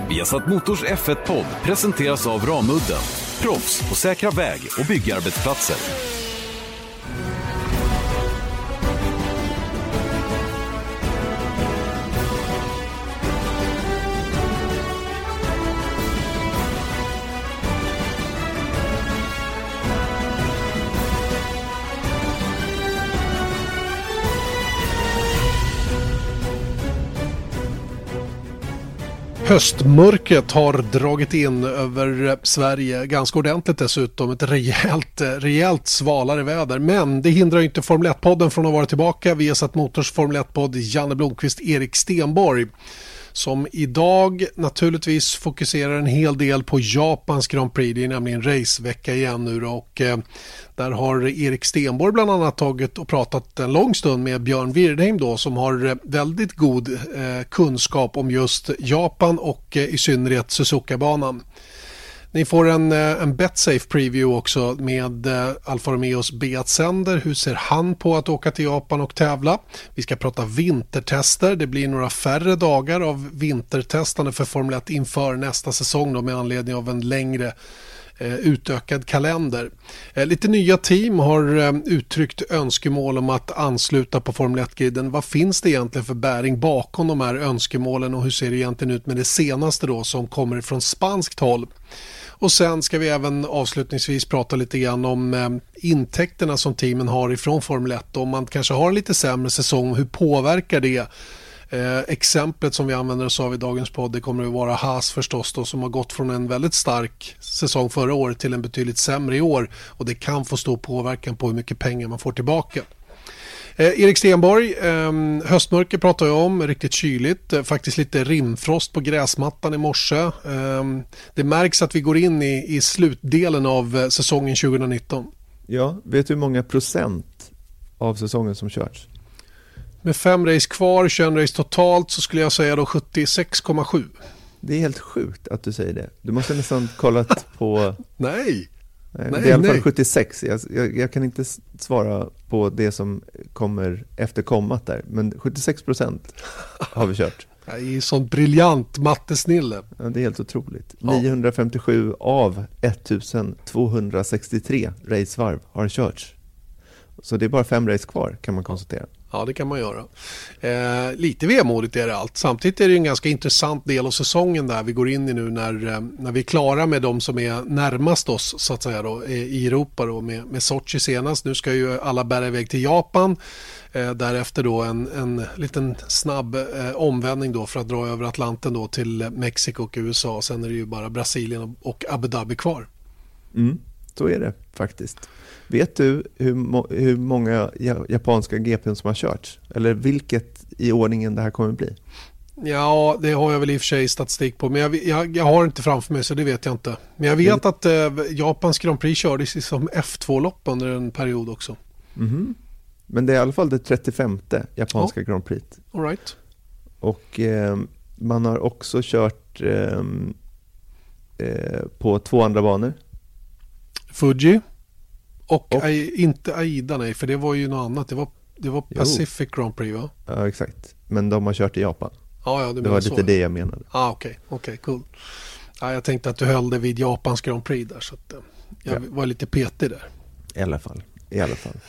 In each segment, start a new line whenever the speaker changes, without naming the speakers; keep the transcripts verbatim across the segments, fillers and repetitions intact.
Viasat Motors F ett-podd presenteras av Ramudden, proffs på säkra väg- och byggarbetsplatser.
Höstmörkret har dragit in över Sverige ganska ordentligt dessutom. Ett rejält, rejält svalare väder. Men det hindrar inte Formel ett-podden från att vara tillbaka. Vi har satt Motors Formel ett-podd Janne Blomqvist, Erik Stenborg. Som idag naturligtvis fokuserar en hel del på Japans Grand Prix. Det är nämligen racevecka igen nu då, och eh, där har Erik Stenborg bland annat tagit och pratat en lång stund med Björn Wirdheim då, som har väldigt god eh, kunskap om just Japan och eh, i synnerhet Suzuka-banan. Ni får en, en BetSafe preview också med Alfa Romeos Beat Sender. Hur ser han på att åka till Japan och tävla? Vi ska prata vintertester. Det blir några färre dagar av vintertestande för Formel ett inför nästa säsong då, med anledning av en längre eh, utökad kalender. Eh, lite nya team har eh, uttryckt önskemål om att ansluta på Formel ett-griden. Vad finns det egentligen för bäring bakom de här önskemålen, och hur ser det egentligen ut med det senaste då som kommer från spanskt håll? Och sen ska vi även avslutningsvis prata lite grann om eh, intäkterna som teamen har ifrån Formel ett. Om man kanske har en lite sämre säsong, hur påverkar det? Eh, exemplet som vi använder oss av i dagens podd, det kommer att vara Haas förstås då, som har gått från en väldigt stark säsong förra året till en betydligt sämre i år. Och det kan få stor påverkan på hur mycket pengar man får tillbaka. Eh, Erik Stenborg, eh, höstmörker pratar jag om, riktigt kyligt, eh, faktiskt lite rimfrost på gräsmattan i morse. Eh, det märks att vi går in i, i slutdelen av eh, säsongen tjugonitton.
Ja, vet du hur många procent av säsongen som körts?
Med fem race kvar, tjugoett race totalt, så skulle jag säga då sjuttiosex komma sju.
Det är helt sjukt att du säger det. Du måste nästan kollat på...
Nej!
Nej,
nej,
det är i alla fall
nej.
sjuttiosex. Jag, jag, jag kan inte svara på det som kommer efter kommat där. Men sjuttiosex procent har vi kört.
Det är sån briljant mattesnille.
Ja, det är helt otroligt.
Ja.
niohundrafemtiosju av ettusentvåhundrasextiotre racevarv har körts. Så det är bara fem race kvar, kan man konstatera.
Ja, det kan man göra. Eh, lite vemodigt är det allt. Samtidigt är det en ganska intressant del av säsongen där vi går in i nu när, när vi är klara med de som är närmast oss så att säga då, i Europa då, med, med Sochi senast. Nu ska ju alla bära iväg till Japan. Eh, därefter då en, en liten snabb eh, omvändning då för att dra över Atlanten då till Mexiko och U S A. Sen är det ju bara Brasilien och Abu Dhabi kvar.
Mm, så är det faktiskt. Vet du hur, må- hur många japanska G P som har kört? Eller vilket i ordningen det här kommer bli?
Ja, det har jag väl i och för sig statistik på. Men jag, jag, jag har inte framför mig, så det vet jag inte. Men jag vet mm. att eh, Japans Grand Prix kördes som F två-lopp under en period också.
Mm-hmm. Men det är i alla fall det trettiofemte japanska ja. Grand Prix.
All right.
Och eh, man har också kört eh, eh, på två andra banor.
Fuji. Och,
och
I, inte Aida, nej, för det var ju något annat. Det var, det var Pacific jo. Grand Prix, va?
Ja, exakt. Men de har kört i Japan.
Ja, ja,
det var lite så. Det jag menade.
Ah, okej, okay. okej, okay, cool. Ja, jag tänkte att du höll det vid Japans Grand Prix där, så att jag ja. var lite petig där.
I alla fall, i alla fall.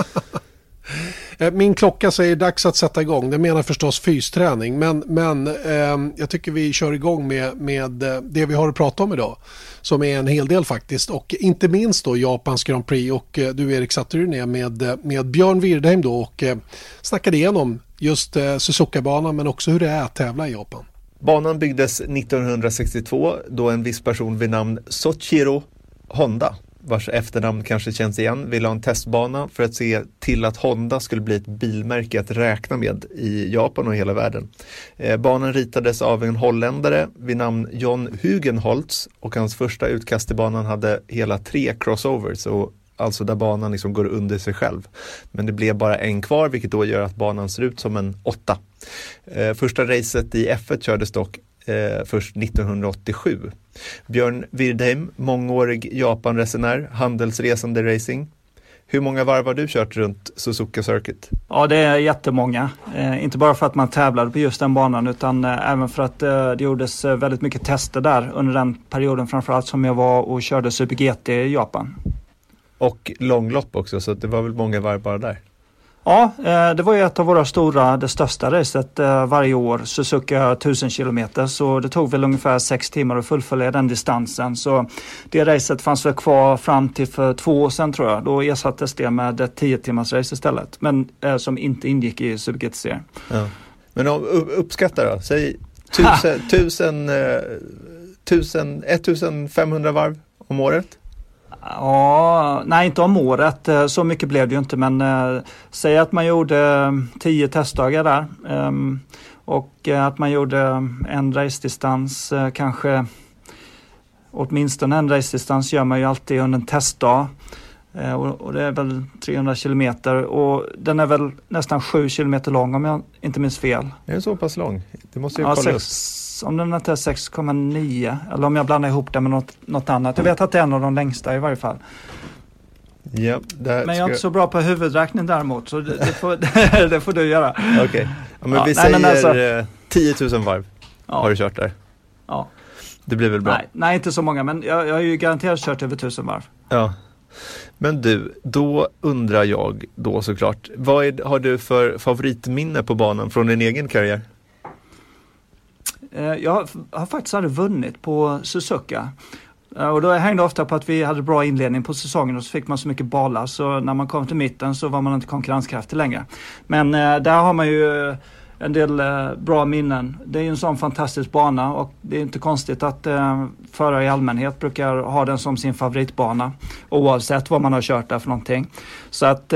Min klocka säger dags att sätta igång. Det menar förstås fysträning. Men, men eh, jag tycker vi kör igång med, med det vi har att prata om idag. Som är en hel del faktiskt. Och inte minst då Japans Grand Prix. Och eh, du Erik satte du ner med, med Björn Wirdheim då. Och eh, snackade igenom just eh, Suzuka-banan, men också hur det är att tävla i Japan.
Banan byggdes nittonhundrasextiotvå då en viss person vid namn Soichiro Honda, vars efternamn kanske känns igen, ville ha en testbana för att se till att Honda skulle bli ett bilmärke att räkna med i Japan och hela världen. Eh, banan ritades av en holländare vid namn John Hugenholtz, och hans första utkast till banan hade hela tre crossovers, och alltså där banan liksom går under sig själv. Men det blev bara en kvar, vilket då gör att banan ser ut som en åtta. Eh, första racet i F ett kördes dock eh, först nittonhundraåttiosju. Björn Wirdheim, mångårig Japanresenär, handelsresande racing. Hur många varv har du kört runt Suzuka Circuit?
Ja, det är jättemånga. Eh, inte bara för att man tävlade på just den banan utan eh, även för att eh, det gjordes eh, väldigt mycket tester där under den perioden, framförallt som jag var och körde Super G T i Japan.
Och långlopp också, så det var väl många varv bara där?
Ja, eh, det var ju ett av våra stora, det största racet eh, varje år, Suzuka tusen kilometer, så det tog väl ungefär sex timmar att fullfölja den distansen. Så det racet fanns väl kvar fram till för två år sedan tror jag. Då ersattes det med ett tio timmars race istället, men eh, som inte ingick i Super G T-serien.
Ja. Men om, uppskatta då, säg tusen, tusen, eh, tusen, ettusenfemhundra varv om året?
Ja, nej inte om året, så mycket blev det ju inte, men eh, säg att man gjorde tio testdagar där eh, och eh, att man gjorde en racedistans, eh, kanske åtminstone en racedistans gör man ju alltid under en testdag eh, och, och det är väl trehundra kilometer och den är väl nästan sju kilometer lång om jag inte minns fel.
Är den så pass lång? Det måste jag
ja,
kolla
sex, om den är sex komma nio eller om jag blandar ihop det med något, något annat. Jag vet att det är en av de längsta i varje fall.
Ja,
men jag är inte så bra på huvudräkning däremot, så det, det, får, det får du göra.
Okej, okay. Ja, men ja, vi nej, säger men alltså, tio tusen varv ja. Har du kört där.
Ja.
Det blir väl bra?
Nej, nej inte så många, men jag, jag har ju garanterat kört över tusen varv.
Ja. Men du, då undrar jag då såklart, vad är, har du för favoritminne på banan från din egen karriär?
Jag har faktiskt aldrig vunnit på Suzuka. Och då hängde ofta på att vi hade bra inledning på säsongen och så fick man så mycket balar, så när man kom till mitten så var man inte konkurrenskraftig längre. Men där har man ju en del bra minnen. Det är ju en sån fantastisk bana och det är inte konstigt att förare i allmänhet brukar ha den som sin favoritbana oavsett vad man har kört där för någonting. Så att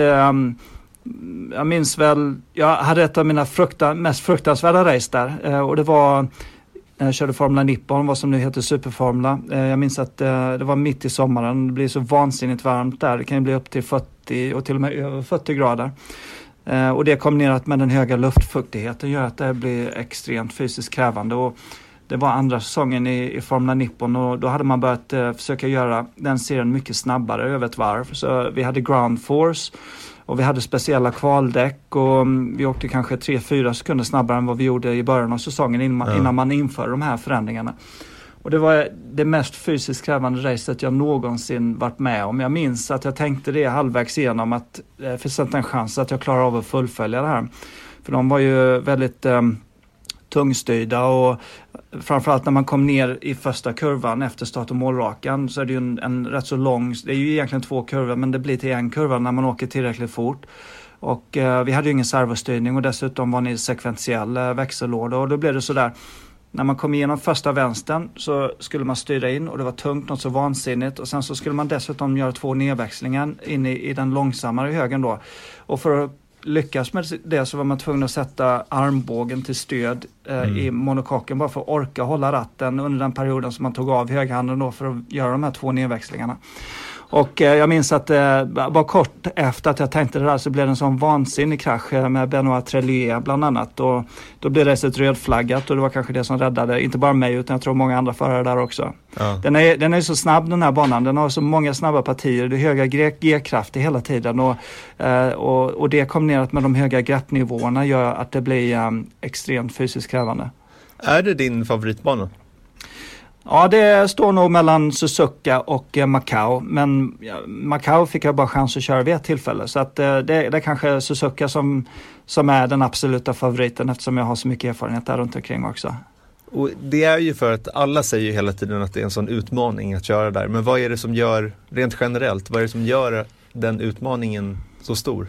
jag minns väl, jag hade ett av mina frukta, mest fruktansvärda race där och det var när jag körde Formula Nippon, vad som nu heter Superformula. Jag minns att det var mitt i sommaren, det blir så vansinnigt varmt där, det kan ju bli upp till fyrtio och till och med över fyrtio grader. Och det kombinerat med den höga luftfuktigheten gör att det blir extremt fysiskt krävande och det var andra säsongen i, i Formula Nippon och då hade man börjat eh, försöka göra den serien mycket snabbare över ett varv. Så vi hade ground force och vi hade speciella kvaldäck och um, vi åkte kanske tre fyra sekunder snabbare än vad vi gjorde i början av säsongen innan, ja. innan man införde de här förändringarna. Och det var det mest fysiskt krävande racet jag någonsin varit med om. Jag minns att jag tänkte det halvvägs igenom att det finns inte en chans att jag klarar av att fullfölja det här. För de var ju väldigt um, tungstyrda och framförallt när man kom ner i första kurvan efter start- och målrakan så är det ju en, en rätt så lång, det är ju egentligen två kurvor men det blir till en kurva när man åker tillräckligt fort. Och eh, vi hade ju ingen servostyrning och dessutom var ni sekventiell eh, växellåda och då blev det sådär. När man kom igenom första vänstern så skulle man styra in och det var tungt, något så vansinnigt. Och sen så skulle man dessutom göra två nedväxlingar in i, i den långsammare högen då. Och för att lyckas med det så var man tvungen att sätta armbågen till stöd eh, mm. i monokocken bara för att orka hålla ratten under den perioden som man tog av högerhanden då för att göra de här två nedväxlingarna. Och eh, jag minns att eh, bara kort efter att jag tänkte det där så blev det en sån vansinnig krasch eh, med Benoit Trellier bland annat. Och då blev det ett rödflaggat och det var kanske det som räddade, inte bara mig utan jag tror många andra förare där också. Ja. Den är, den är så snabb den här banan, den har så många snabba partier, det är höga G-krafter hela tiden och, eh, och, och det kombinerat med de höga greppnivåerna gör att det blir eh, extremt fysiskt krävande.
Är det din favoritbana?
Ja, det står nog mellan Suzuka och eh, Macau. Men ja, Macau fick jag bara chans att köra vid ett tillfälle. Så att, eh, det, det är kanske Suzuka som, som är den absoluta favoriten eftersom jag har så mycket erfarenhet där runt omkring också.
Och det är ju för att alla säger ju hela tiden att det är en sån utmaning att köra där. Men vad är det som gör, rent generellt, vad är det som gör den utmaningen så stor?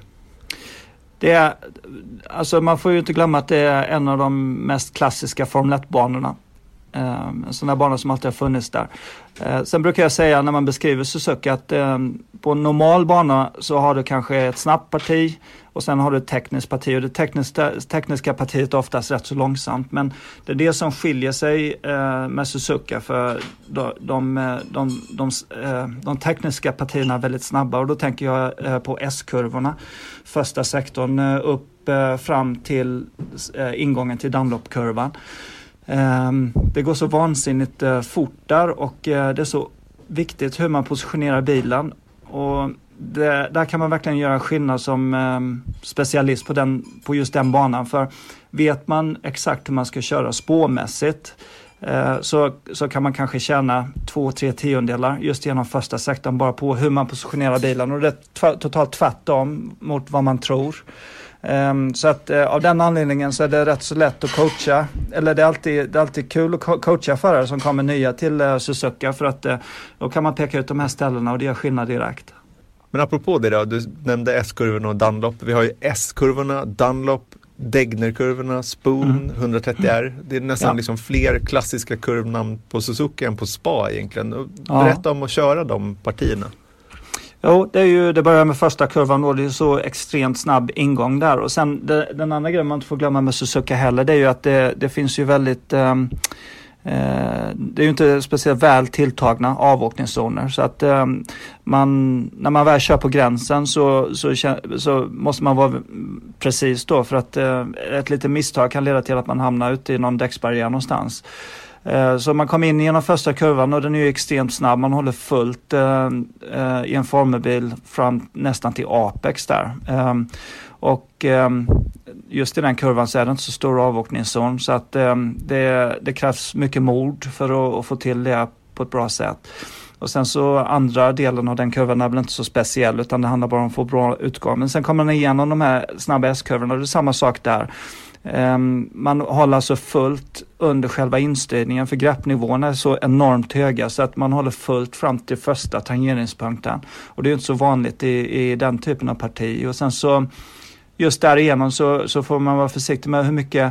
Det är, alltså man får ju inte glömma att det är en av de mest klassiska Formel ett-banorna. En sån där bana som alltid har funnits där. Sen brukar jag säga när man beskriver Suzuka att på en normal bana så har du kanske ett snabbt parti och sen har du ett tekniskt parti och det tekniska, tekniska partiet är oftast rätt så långsamt men det är det som skiljer sig med Suzuka för de, de, de, de, de tekniska partierna är väldigt snabba och då tänker jag på S-kurvorna. Första sektorn upp fram till ingången till Dunlop-kurvan. Um, det går så vansinnigt uh, fort där och uh, det är så viktigt hur man positionerar bilen och det, där kan man verkligen göra skillnad som eh, specialist på, den, på just den banan. För vet man exakt hur man ska köra spårmässigt eh, så, så kan man kanske tjäna två, tre tiondelar just genom första sektorn bara på hur man positionerar bilen. Och det är tv- totalt tvärtom mot vad man tror. Um, så att uh, av den anledningen så är det rätt så lätt att coacha, eller det är alltid, det är alltid kul att co- coacha förare som kommer nya till uh, Suzuka, för att uh, då kan man peka ut de här ställena och det gör skillnad direkt.
Men apropå det då, du nämnde S-kurvorna och Dunlop. Vi har ju S-kurvorna, Dunlop, Degner-kurvorna, Spoon, mm. hundratrettio R. Det är nästan ja. liksom fler klassiska kurvnamn på Suzuka än på Spa egentligen. Berätta ja. om att köra de partierna.
Jo, det, är ju, det börjar med första kurvan och det är så extremt snabb ingång där. Och sen det, den andra grejen man inte får glömma med Suzuka heller, det är ju att det, det finns ju väldigt... Um, eh, det är ju inte speciellt väl tilltagna avåkningszoner. Så att um, man, när man väl kör på gränsen så, så, så måste man vara precis då. För att uh, ett litet misstag kan leda till att man hamnar ute i någon däcksbarriär någonstans. Så man kom in genom första kurvan och den är ju extremt snabb. Man håller fullt eh, eh, i en formelbil fram nästan till Apex där. Eh, och eh, just i den kurvan så är det inte så stor avåkningszon. Så att eh, det, det krävs mycket mod för att, att få till det på ett bra sätt. Och sen så andra delen av den kurvan är väl inte så speciell, utan det handlar bara om att få bra utgång. Men sen kommer man igenom de här snabba S-kurvorna och det är samma sak där. Um, man håller alltså fullt under själva instyrningen, för greppnivåerna är så enormt höga så att man håller fullt fram till första tangeringspunkten. Och det är inte så vanligt i, i den typen av parti. Och sen så just därigenom så, så får man vara försiktig med hur mycket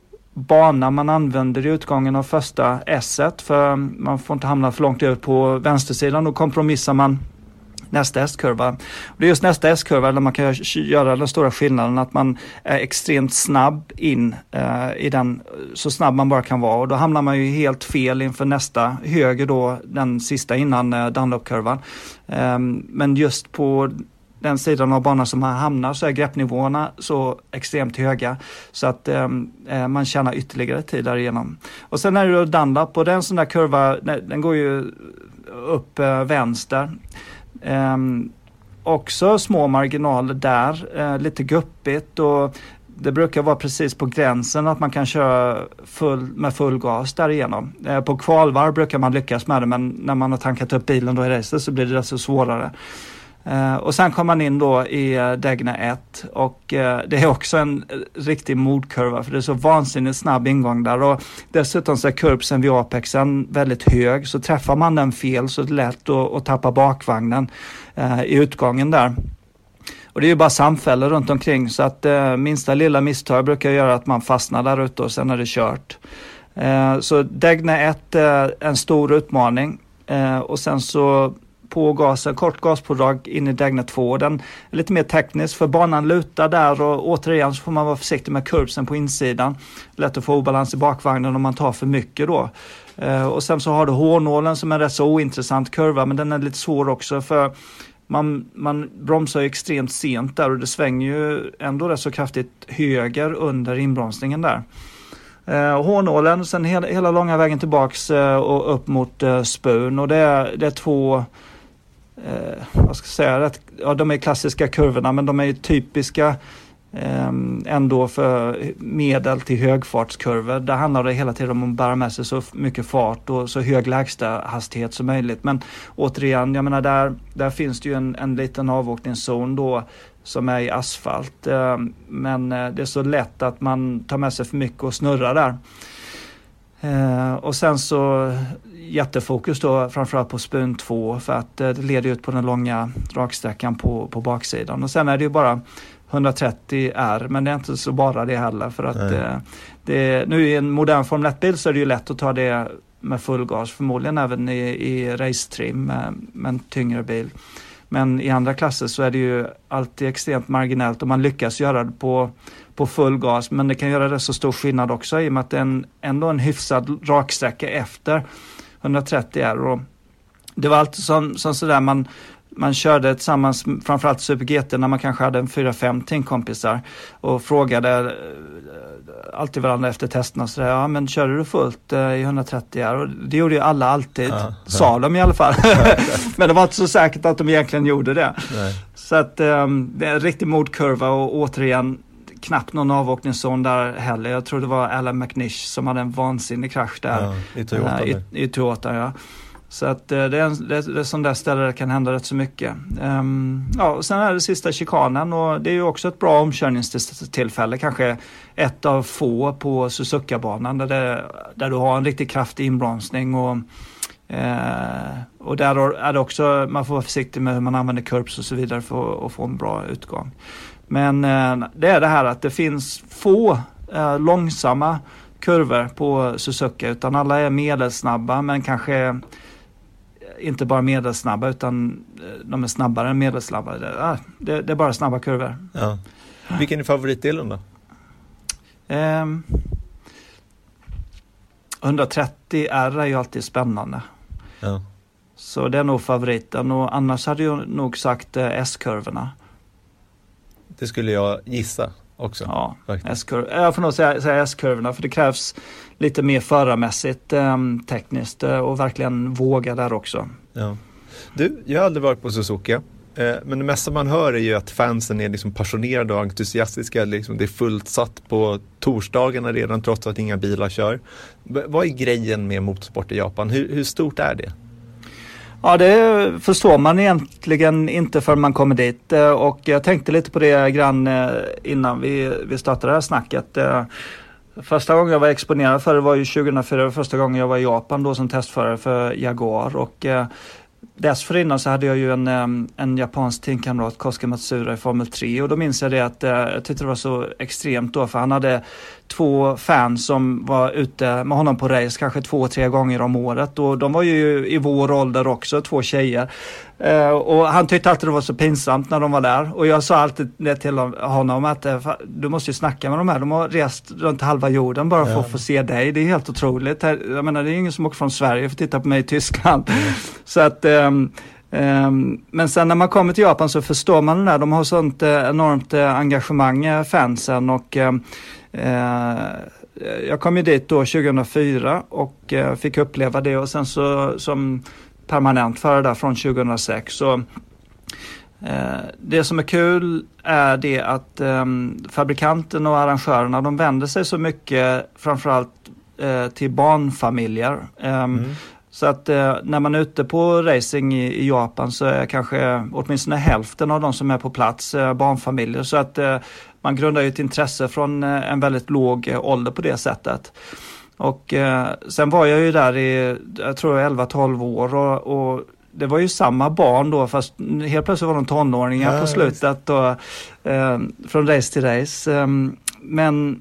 bana man använder i utgången av första S-et, för man får inte hamna för långt ut på vänstersidan och kompromissar man nästa S-kurva. Och det är just nästa S-kurva där man kan göra den stora skillnaden, att man är extremt snabb in eh, i den, så snabb man bara kan vara, och då hamnar man ju helt fel inför nästa höger då, den sista innan eh, Dunlop-kurvan. Eh, men just på den sidan av banan som man hamnar så är greppnivåerna så extremt höga så att eh, man tjänar ytterligare tid därigenom. Och sen är det då Dunlop, och den sån där kurva, den går ju upp eh, vänster. Um, också små marginaler där, uh, lite guppigt, och det brukar vara precis på gränsen att man kan köra full, med full gas därigenom. Uh, på kvalvarv brukar man lyckas med det, men när man har tankat upp bilen då i racet så blir det desto svårare. Uh, och sen kommer man in då i uh, Degner ett, och uh, det är också en uh, riktig modkurva, för det är så vansinnigt snabb ingång där, och dessutom så är kurbsen vid Apexen väldigt hög, så träffar man den fel så är det lätt att, att tappa bakvagnen uh, i utgången där. Och det är ju bara samfällor runt omkring, så att uh, minsta lilla misstag brukar göra att man fastnar där ute och sen är det kört. Uh, så Degner ett är uh, en stor utmaning, uh, och sen så på gasen, kort gaspådrag in i Degner två. Den är lite mer teknisk, för banan lutar där, och återigen så får man vara försiktig med kurbsen på insidan. Lätt att få obalans i bakvagnen om man tar för mycket då. Eh, och sen så har du hårnålen som är rätt så ointressant kurva, men den är lite svår också, för man, man bromsar ju extremt sent där, och det svänger ju ändå rätt så kraftigt höger under inbromsningen där. Eh, hårnålen, sen hela, hela långa vägen tillbaks eh, och upp mot eh, Spoon, och det är, det är två Eh, vad ska jag säga, rätt, ja, de är klassiska kurvorna, men de är ju typiska eh, ändå för medel till högfartskurvor. Där handlar det hela tiden om att bära med sig så mycket fart och så hög lägsta hastighet som möjligt. Men återigen, jag menar, där, där finns det ju en, en liten avåkningszon då som är i asfalt, eh, men eh, det är så lätt att man tar med sig för mycket och snurrar där. Eh, och sen så jättefokus då framförallt på Spoon två, för att eh, det leder ut på den långa raksträckan på, på baksidan. Och sen är det ju bara hundratrettio R, men det är inte så bara det heller, för att eh, det, nu i en modern Formel ett-bil så är det ju lätt att ta det med full gas, förmodligen även i, i racetrim med, med en tyngre bil. Men i andra klasser så är det ju alltid extremt marginellt om man lyckas göra det på, på full gas. Men det kan göra det så stor skillnad också, i och med att det är en, ändå en hyfsad raksträcka efter hundratrettio R. Och det var alltid som, som sådär man, man körde tillsammans, framförallt Super G T, när man kanske hade en fyra fem teamkompisar och frågade alltid varandra efter testerna så där, ja men körde du fullt uh, i hundratrettio här? Och det gjorde ju alla alltid, ja, sa ja. de i alla fall. Men det var inte så säkert att de egentligen gjorde det. Nej. Så att um, det är en riktig modkurva och återigen knappt någon avåkningszon där heller. Jag tror det var Alan McNish som hade en vansinnig krasch där.
Ja, i Toyota.
Uh, i, i Toyota, ja. Så att uh, det är en, det, det är sån där ställe där kan hända rätt så mycket. Um, ja, och sen är det sista chikanen och det är ju också ett bra omkörningstillfälle. Kanske ett av få på Suzuka-banan där, det, där du har en riktigt kraftig inbromsning och Uh, och där är det också, man får vara försiktig med hur man använder curbs och så vidare för att få en bra utgång. Men uh, det är det här att det finns få uh, långsamma kurvor på Suzuka, utan alla är medelsnabba, men kanske inte bara medelsnabba utan de är snabbare än medelsnabba. Det, uh, det, det är bara snabba kurvor.
Ja. Vilken är favoritdelen då?
Um, hundratrettio R är ju alltid spännande.
Ja. Så
det är nog favoriten, och annars hade jag nog sagt eh, S-kurvorna.
Det skulle jag gissa också.
Ja, S-kurv. Jag får nog säga, säga S-kurvorna, för det krävs lite mer förarmässigt eh, tekniskt eh, och verkligen våga där också.
Ja. Du, jag har aldrig varit på Suzuka. Men det mesta man hör är ju att fansen är liksom passionerade och entusiastiska. Liksom det är fullt satt på torsdagarna redan trots att inga bilar kör. Vad är grejen med motorsport i Japan? Hur, hur stort är det?
Ja, det förstår man egentligen inte förrän man kommer dit. Och jag tänkte lite på det grann innan vi, vi startade det här snacket. Första gången jag var exponerad för det var ju tjugohundrafyra, första gången jag var i Japan då som testförare för Jaguar. Och dessförinnan så hade jag ju en, en japansk teamkamrat, Kosuke Matsura, i Formel tre, och då minns jag det att jag tyckte det var så extremt då, för han hade två fans som var ute med honom på race kanske två, tre gånger om året, och de var ju i vår ålder också, två tjejer. Uh, och han tyckte alltid det var så pinsamt när de var där, och jag sa alltid det till honom att uh, du måste ju snacka med de här, de har rest runt halva jorden bara för ja. att få se dig, det är helt otroligt. Jag menar, det är ingen som åker från Sverige för att titta på mig i Tyskland. Mm. Så att um, um, men sen när man kommer till Japan så förstår man det där, de har sånt uh, enormt uh, engagemang, fansen, och uh, uh, jag kom ju dit då tjugohundrafyra och uh, fick uppleva det, och sen så som permanent för det där från tjugohundrasex. Så eh, det som är kul är det att eh, fabrikanten och arrangörerna, de vänder sig så mycket framförallt eh, till barnfamiljer. Eh, mm. Så att eh, när man är ute på racing i, i Japan så är kanske åtminstone hälften av de som är på plats eh, barnfamiljer. Så att eh, man grundar ju ett intresse från eh, en väldigt låg eh, ålder på det sättet. Och eh, sen var jag ju där i, jag tror elva tolv år, och, och det var ju samma barn då, fast helt plötsligt var de tonåringar ja, på slutet och, eh, från race till race. Eh, men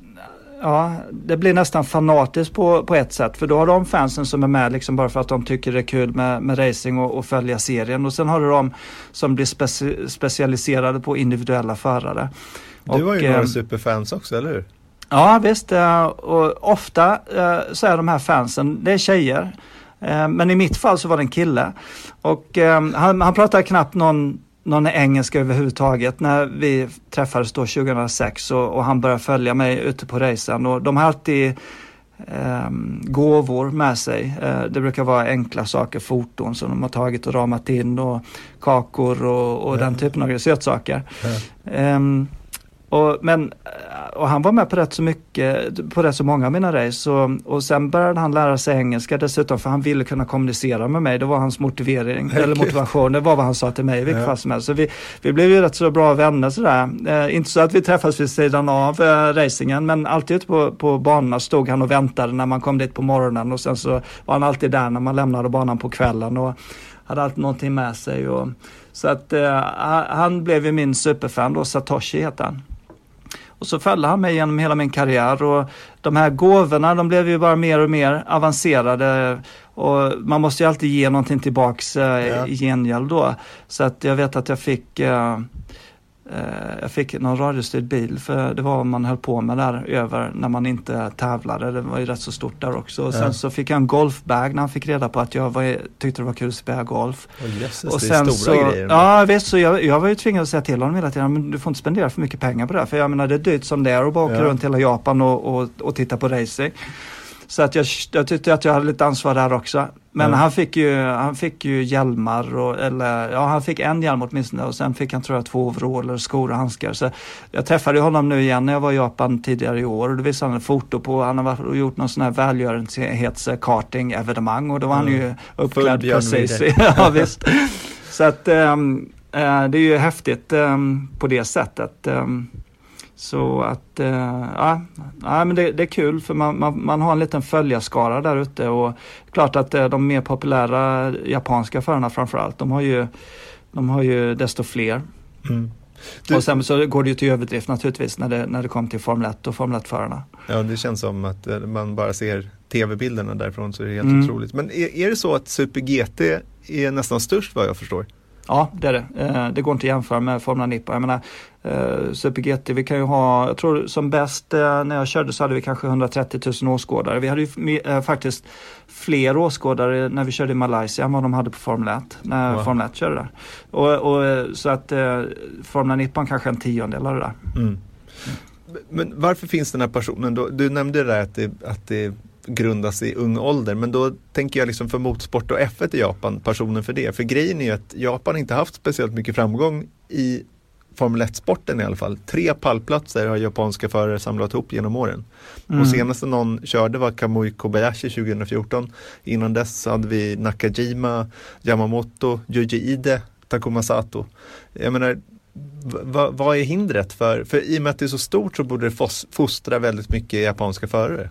ja, det blir nästan fanatiskt på, på ett sätt, för då har de fansen som är med liksom bara för att de tycker det är kul med, med racing och, och följa serien, och sen har du de som blir speci- specialiserade på individuella förare.
Du har ju
och,
några
eh,
superfans också, eller hur?
Ja, visst. Och ofta så är de här fansen, det är tjejer. Men i mitt fall så var det en kille. Och han, han pratade knappt någon, någon engelska överhuvudtaget när vi träffades då tjugohundrasex. Och, och han började följa mig ute på racen. Och de har alltid eh, gåvor med sig. Eh, det brukar vara enkla saker, foton som de har tagit och ramat in. Och kakor och, och ja. den typen av sötsaker. Ja. Eh, Och, men, och han var med på rätt så mycket, på rätt så många av mina race, och, och sen började han lära sig engelska dessutom, för han ville kunna kommunicera med mig. Det var hans motivering, eller motivation, det var vad han sa till mig i vilket fall som helst. Så vi, vi blev ju rätt så bra vänner sådär. Eh, inte så att vi träffades vid sidan av eh, racingen, men alltid ute på, på banorna stod han och väntade när man kom dit på morgonen, och sen så var han alltid där när man lämnade banan på kvällen och hade alltid någonting med sig. Och, så att eh, han blev ju min superfan då, Satoshi heter han. Och så följde han mig genom hela min karriär, och de här gåvorna, de blev ju bara mer och mer avancerade, och man måste ju alltid ge någonting tillbaks eh, ja. i gengäld då. Så att jag vet att jag fick eh, Jag fick någon radiostyrd bil, för det var vad man höll på med där över när man inte tävlade. Det var ju rätt så stort där också. Och sen ja. så fick jag en golfbag när han fick reda på att jag var, tyckte det var kul att spela golf.
Oh, Jesus,
och
det
sen
är stora
så,
grejer.
Ja, visst, så jag, jag var ju tvingad att säga till honom hela tiden, men du får inte spendera för mycket pengar på det här. För jag menar, det är dyrt som det är att bara åka ja. runt hela Japan och, och, och titta på racing. Så att jag, jag tyckte att jag hade lite ansvar där också. Men ja. han fick ju han fick ju hjälmar och, eller ja, han fick en hjälm åtminstone, och sen fick han, tror jag, två overaller, skor och handskar. Så jag träffade honom nu igen när jag var i Japan tidigare i år, och då visade han en foto på, han har varit, gjort någon sån här välgörenhetskarting-evenemang, och då var mm. han ju uppklädd precis. Ja, visst. Så att um, uh, det är ju häftigt um, på det sättet. Um, Så att, äh, ja, ja, men det, det är kul, för man, man, man har en liten följarskara där ute, och klart att äh, de mer populära japanska förarna framförallt, de har ju, de har ju desto fler. Mm. Du, och sen så går det ju till överdrift naturligtvis när det, när det kommer till Formel ett och Formel ett-förarna.
Ja, det känns som att äh, man bara ser tv-bilderna därifrån, så är det helt mm. otroligt. Men är, är det så att Super G T är nästan störst, vad jag förstår?
Ja, det är det. Eh, det går inte att jämföra med Formula Nippon. Jag menar, eh, Super G T, vi kan ju ha, jag tror som bäst eh, när jag körde så hade vi kanske hundratrettio tusen åskådare. Vi hade ju eh, faktiskt fler åskådare när vi körde i Malaysia än vad de hade på Formel ett, när wow. Formel ett körde där. Och, och, så att eh, Formula Nippon kanske en tiondel av det där. Mm. Mm.
Men varför finns den här passionen då? Du nämnde det där att det, att det grundas i ung ålder, men då tänker jag liksom för motorsport och F ett i Japan, passionen för det. För grejen är ju att Japan inte haft speciellt mycket framgång i Formel ett-sporten i alla fall. Tre pallplatser har japanska förare samlat ihop genom åren. Mm. Och senaste någon körde var Kamui Kobayashi tjugo fjorton. Innan dess hade vi Nakajima, Yamamoto, Yuji Ide, Takuma Sato. Jag menar, v- vad är hindret för? För i och med att det är så stort så borde det fos- fostra väldigt mycket japanska förare.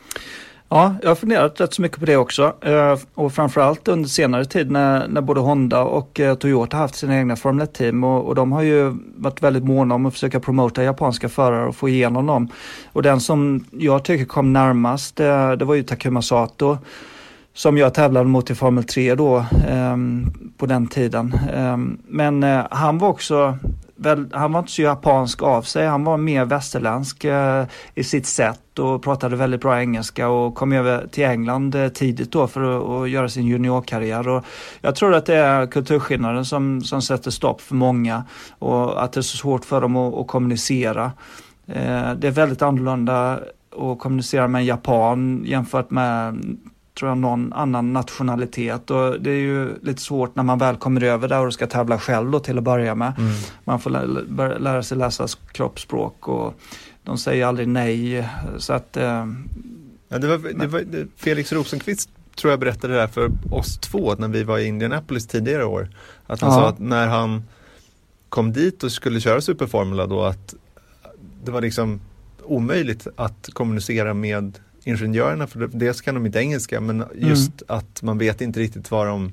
Ja, jag har funderat rätt så mycket på det också. Uh, och framförallt under senare tid när, när både Honda och uh, Toyota haft sina egna Formel ett-team. Och, och de har ju varit väldigt måna om att försöka promota japanska förare och få igenom dem. Och den som jag tycker kom närmast, uh, det var ju Takuma Sato, som jag tävlade mot i Formel tre då, um, på den tiden. Um, men uh, han var också... Väl, han var inte så japansk av sig, han var mer västerländsk eh, i sitt sätt och pratade väldigt bra engelska och kom över till England eh, tidigt då för att, att göra sin juniorkarriär. Och jag tror att det är kulturskillnaden som, som sätter stopp för många, och att det är så svårt för dem att, att kommunicera. Eh, det är väldigt annorlunda att kommunicera med en japan jämfört med, tror jag, någon annan nationalitet, och det är ju lite svårt när man väl kommer över där och ska tävla själv då till att börja med. Mm. Man får lä- lära sig läsa kroppsspråk, och de säger aldrig nej, så att eh,
ja, det var, det var Felix Rosenqvist tror jag berättade det här för oss två när vi var i Indianapolis tidigare år, att han ja. sa att när han kom dit och skulle köra Superformula då, att det var liksom omöjligt att kommunicera med ingenjörerna, för dels kan de inte engelska, men just mm. att man vet inte riktigt vad de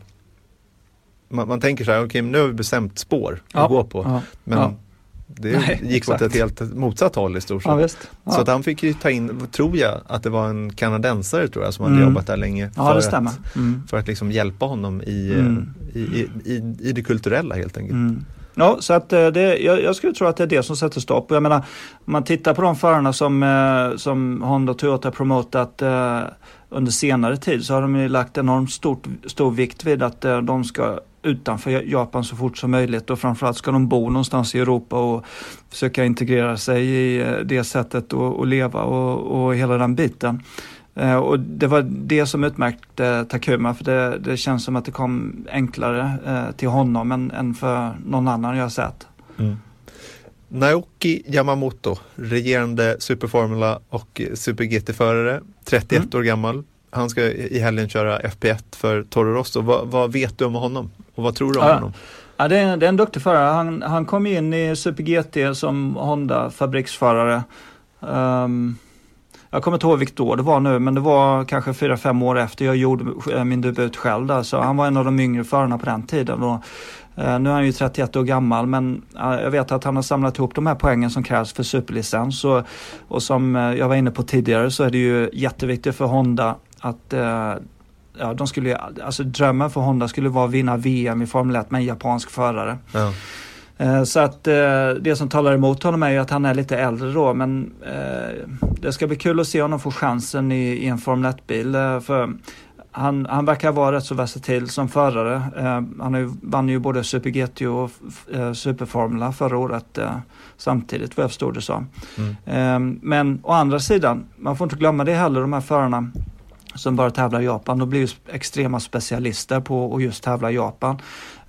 man, man tänker så här, okej, okay, nu har vi bestämt spår ja. att gå på, ja. men ja. det Nej, gick exakt. åt ett helt motsatt håll i stort sett.
Ja, visst. Ja.
Så att han fick ju ta in, tror jag, att det var en kanadensare tror jag som hade mm. jobbat där länge
ja, för, det
att,
mm.
för att liksom hjälpa honom i, mm. i, i, i, i det kulturella helt enkelt.
Mm. Ja, så att det, jag, jag skulle tro att det är det som sätter stopp. Jag menar, om man tittar på de förarna som, eh, som Honda och Toyota promotat eh, under senare tid, så har de ju lagt enormt stort, stor vikt vid att eh, de ska utanför Japan så fort som möjligt, och framförallt ska de bo någonstans i Europa och försöka integrera sig i eh, det sättet och, och leva och, och hela den biten. Uh, och det var det som utmärkte uh, Takuma, för det, det känns som att det kom enklare uh, till honom än, än för någon annan jag har sett. Mm.
Naoki Yamamoto, regerande Superformula och Super G T-förare, trettioett mm. år gammal. Han ska i helgen köra F P ett för Toro Rosso. Va, vad vet du om honom? Och vad tror du om
ja.
honom?
Ja, det är, det är en duktig förare. Han, han kom in i Super G T som Honda fabriksförare. Um, Jag kommer inte ihåg vilket år det var nu, men det var kanske fyra, fem år efter jag gjorde min debut själv där. Så han var en av de yngre förarna på den tiden. Och, eh, nu är han ju trettioett år gammal, men eh, jag vet att han har samlat ihop de här poängen som krävs för superlicens. Och, och som eh, jag var inne på tidigare, så är det ju jätteviktigt för Honda att eh, ja, de skulle, alltså drömmen för Honda skulle vara att vinna V M i Formel ett med en japansk förare. Ja. Så att det som talar emot honom är ju att han är lite äldre då, men det ska bli kul att se honom få chansen i, i en Formel ett-bil, för han, han verkar vara rätt så versatil som förare. Han har ju, vann ju både Super G T och Superformula förra året samtidigt, vad jag förstod det så. Mm. Men å andra sidan, man får inte glömma det heller, de här förarna som bara tävlar i Japan, de blir ju extrema specialister på att just tävla i Japan.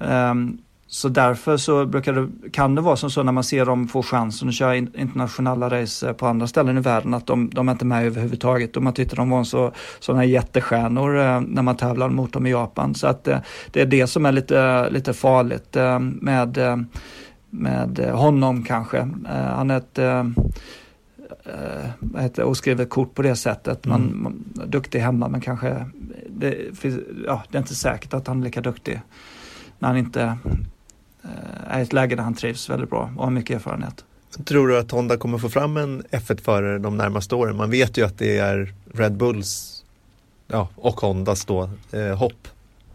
Så därför så brukar det, kan det vara som så när man ser dem få chansen att köra in, internationella race på andra ställen i världen, att de, de är inte med överhuvudtaget, och man tyckte de var så, sådana här jättestjärnor eh, när man tävlar mot dem i Japan. Så att eh, det är det som är lite, lite farligt eh, med, eh, med honom kanske. Eh, han är ett eh, eh, ett oskrivet kort på det sättet. Man, mm. man är duktig hemma, men kanske det, ja, det är inte säkert att han är lika duktig när han inte är i ett läge där han trivs väldigt bra och har mycket erfarenhet.
Tror du att Honda kommer få fram en F ett-förare de närmaste åren? Man vet ju att det är Red Bulls ja, och Hondas då, eh, hopp.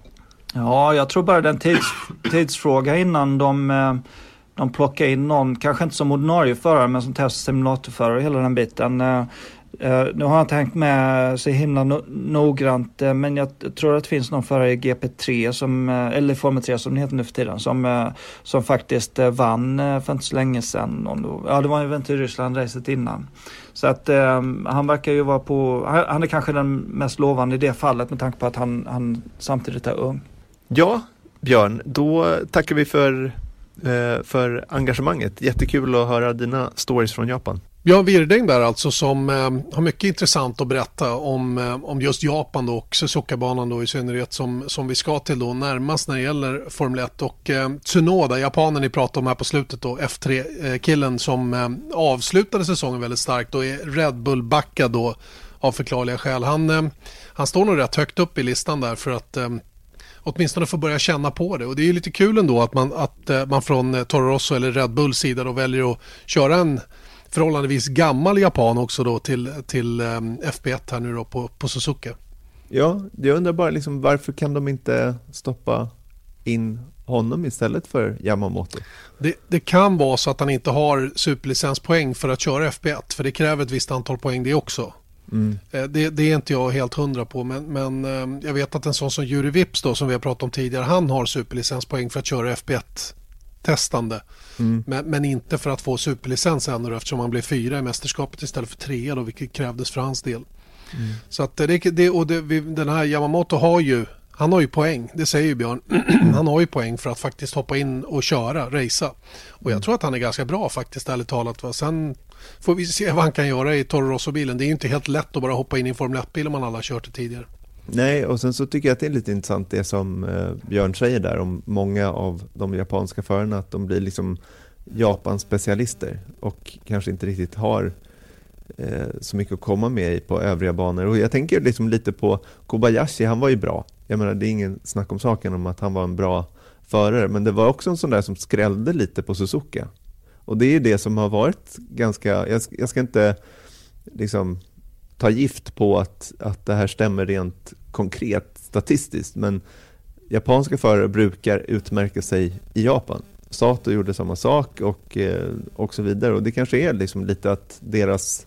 Ja, jag tror bara den tids, tidsfråga innan de, de plockar in någon, kanske inte som ordinarie förare, men som test simulatorförare hela den biten. Uh, nu har jag inte hängt med så himla no- noggrant, uh, men jag tror att det finns någon förare i G P tre som, uh, eller Formel tre som det heter nu för tiden, som, uh, som faktiskt uh, vann uh, för inte så länge sedan. Då, ja, det var ju inte i Ryssland-racet innan. Så att uh, han verkar ju vara på, han, han är kanske den mest lovande i det fallet, med tanke på att han, han samtidigt är ung.
Ja, Björn, då tackar vi för, uh, för engagemanget. Jättekul att höra dina stories från Japan.
Björn Wirding där alltså, som eh, har mycket intressant att berätta om, eh, om just Japan då, och Suzuka-banan då i synnerhet, som, som vi ska till då närmast när det gäller Formel ett. Och eh, Tsunoda, japanen ni pratade om här på slutet då, F tre-killen som eh, avslutade säsongen väldigt starkt och är Red Bull-backad då av förklarliga skäl. Han, eh, han står nog rätt högt upp i listan där för att eh, åtminstone få börja känna på det. Och det är ju lite kul ändå att man, att, eh, man från eh, Toro Rosso eller Red Bulls sida då väljer att köra en förhållandevis gammal japan också då till, till um, F P ett här nu då på, på Suzuka.
Ja, jag undrar bara liksom, varför kan de inte stoppa in honom istället för Yamamoto?
Det, det kan vara så att han inte har superlicenspoäng för att köra F P ett, för det kräver ett visst antal poäng det också. Mm. Det, det är inte jag helt hundra på, men, men jag vet att en sån som Juri Vips då, som vi har pratat om tidigare, han har superlicenspoäng för att köra F P ett testande. Mm. Men, men inte för att få superlicens ännu, eftersom han blev fyra i mästerskapet istället för trea då, vilket krävdes för hans del. Mm. Så att det, det, och det, den här Yamamoto har ju, han har ju poäng, det säger ju Björn. Han har ju poäng för att faktiskt hoppa in och köra, racea. Och jag tror att han är ganska bra faktiskt, ärligt talat. Va? Sen får vi se vad han kan göra i Toro Rosso-bilen. Det är ju inte helt lätt att bara hoppa in i en Formel ett-bil om man alla har kört det tidigare.
Nej, och sen så tycker jag att det är lite intressant det som eh, Björn säger där om många av de japanska förarna, att de blir liksom Japans specialister och kanske inte riktigt har eh, så mycket att komma med i på övriga banor. Och jag tänker liksom lite på Kobayashi, han var ju bra. Jag menar, det är ingen snack om saken om att han var en bra förare, men det var också en sån där som skrällde lite på Suzuka. Och det är ju det som har varit ganska, jag, jag ska inte liksom ta gift på att, att det här stämmer rent konkret statistiskt, men japanska förare brukar utmärka sig i Japan. Sato gjorde samma sak och, eh, och så vidare, och det kanske är liksom lite att deras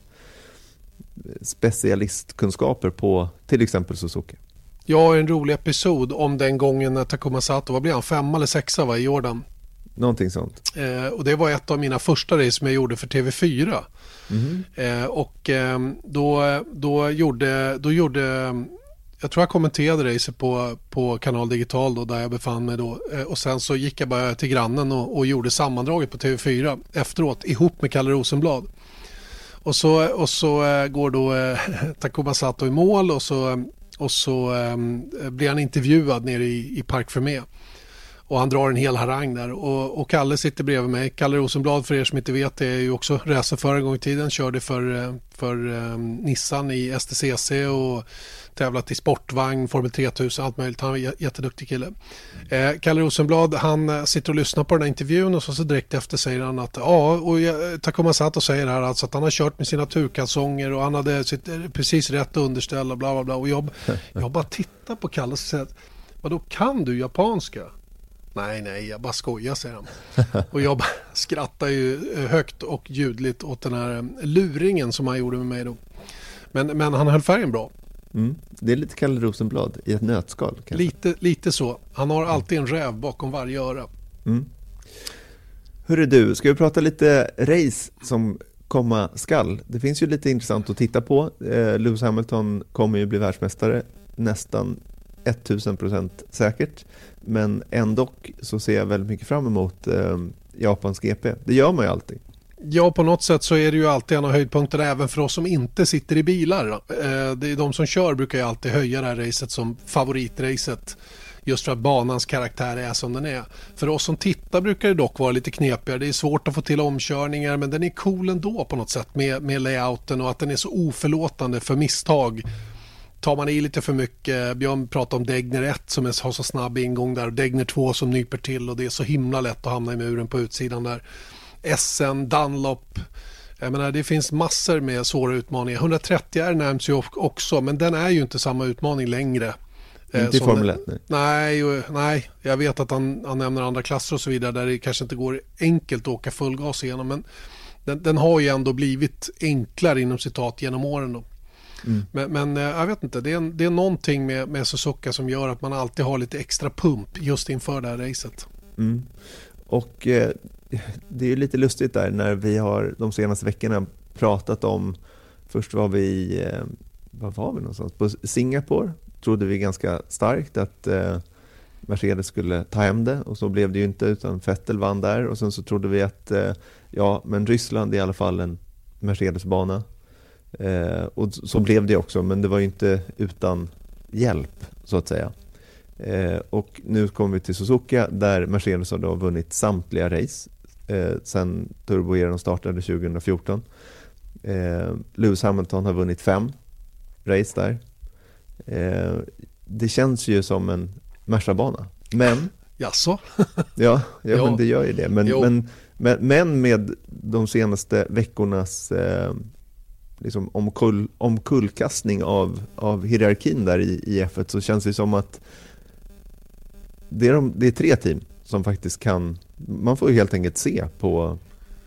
specialistkunskaper på till exempel Suzuka.
Jag har en rolig episod om den gången när Takuma Sato, vad blev han, femma eller sexa va, i Jordan?
Någonting sånt.
Eh, och det var ett av mina första race som jag gjorde för T V fyra. Mm. Eh, och eh, då, då, gjorde, då gjorde, jag tror jag kommenterade racet på, på Kanal Digital då, där jag befann mig då. Eh, och sen så gick jag bara till grannen och, och gjorde sammandraget på T V fyra efteråt ihop med Kalle Rosenblad. Och så, och så eh, går då eh, Takuma Sato i mål och så, och så eh, blir han intervjuad nere i, i Parc Fermé. Och han drar en hel harang där. Och, och Kalle sitter bredvid mig. Kalle Rosenblad, för er som inte vet, är ju också racerförare en gång i tiden. Körde för, för um, Nissan i S T C C och tävlat i sportvagn, Formel tre tusen, allt möjligt. Han är en jätteduktig kille. Eh, Kalle Rosenblad, han sitter och lyssnar på den här intervjun och så, så direkt efter säger han att ja, och jag, Takuma Sato säger här alltså att han har kört med sina turkalsonger och han hade sitt, precis rätt underställ och bla bla bla. Och jag, jag bara tittar på Kalle och säger, vadå, kan du japanska? Nej, nej, jag bara skojar, säger han. Och jag skrattar ju högt och ljudligt åt den här luringen som han gjorde med mig då. Men, men han höll färgen bra.
Mm. Det är lite Kalle Rosenblad i ett nötskal.
Lite, lite så. Han har alltid en räv bakom varje öra.
Mm. Hörru du, ska vi prata lite race som komma skall? Det finns ju lite intressant att titta på. Eh, Lewis Hamilton kommer ju bli världsmästare nästan tusen procent säkert. Men ändå så ser jag väldigt mycket fram emot eh, Japans G P. Det gör man ju alltid.
Ja, på något sätt så är det ju alltid en av höjdpunkterna även för oss som inte sitter i bilar. Eh, det är de som kör brukar ju alltid höja det här racet som favoritracet. Just för att banans karaktär är som den är. För oss som tittar brukar det dock vara lite knepigare. Det är svårt att få till omkörningar, men den är cool ändå på något sätt med, med layouten och att den är så oförlåtande för misstag. Tar man i lite för mycket, Björn pratar om Degner ett som har så snabb ingång där och Degner två som nyper till och det är så himla lätt att hamna i muren på utsidan där. S N, Dunlop, jag menar, det finns massor med svåra utmaningar. hundratrettio är närmast ju också, men den är ju inte samma utmaning längre.
Inte i Formel ett, nej.
Nej, nej, jag vet att han, han nämner andra klasser och så vidare där det kanske inte går enkelt att åka fullgas igenom, men den, den har ju ändå blivit enklare inom citat genom åren då. Mm. Men, men jag vet inte, det är, det är någonting med, med Suzuka som gör att man alltid har lite extra pump just inför det här racet.
Mm. Och eh, det är ju lite lustigt där när vi har de senaste veckorna pratat om, först var vi, eh, vad var vi någonstans? På Singapore trodde vi ganska starkt att eh, Mercedes skulle ta hem det och så blev det ju inte, utan Vettel vann där och sen så trodde vi att eh, ja, men Ryssland är i alla fall en Mercedes-bana. Eh, och så blev det också, men det var ju inte utan hjälp så att säga. Eh, och nu kommer vi till Suzuka där Mercedes har då vunnit samtliga race eh, sen Turbo-eran startade tjugo fjorton. Eh, Lewis Hamilton har vunnit fem race där. Eh, det känns ju som en Merca-bana. Men
Jaså?
ja, ja,
ja,
men det gör ju det. Men, men, men, men med de senaste veckornas eh, liksom omkull, omkullkastning av, av hierarkin där i, i F ett så känns det som att det är, de, det är tre team som faktiskt kan, man får ju helt enkelt se på,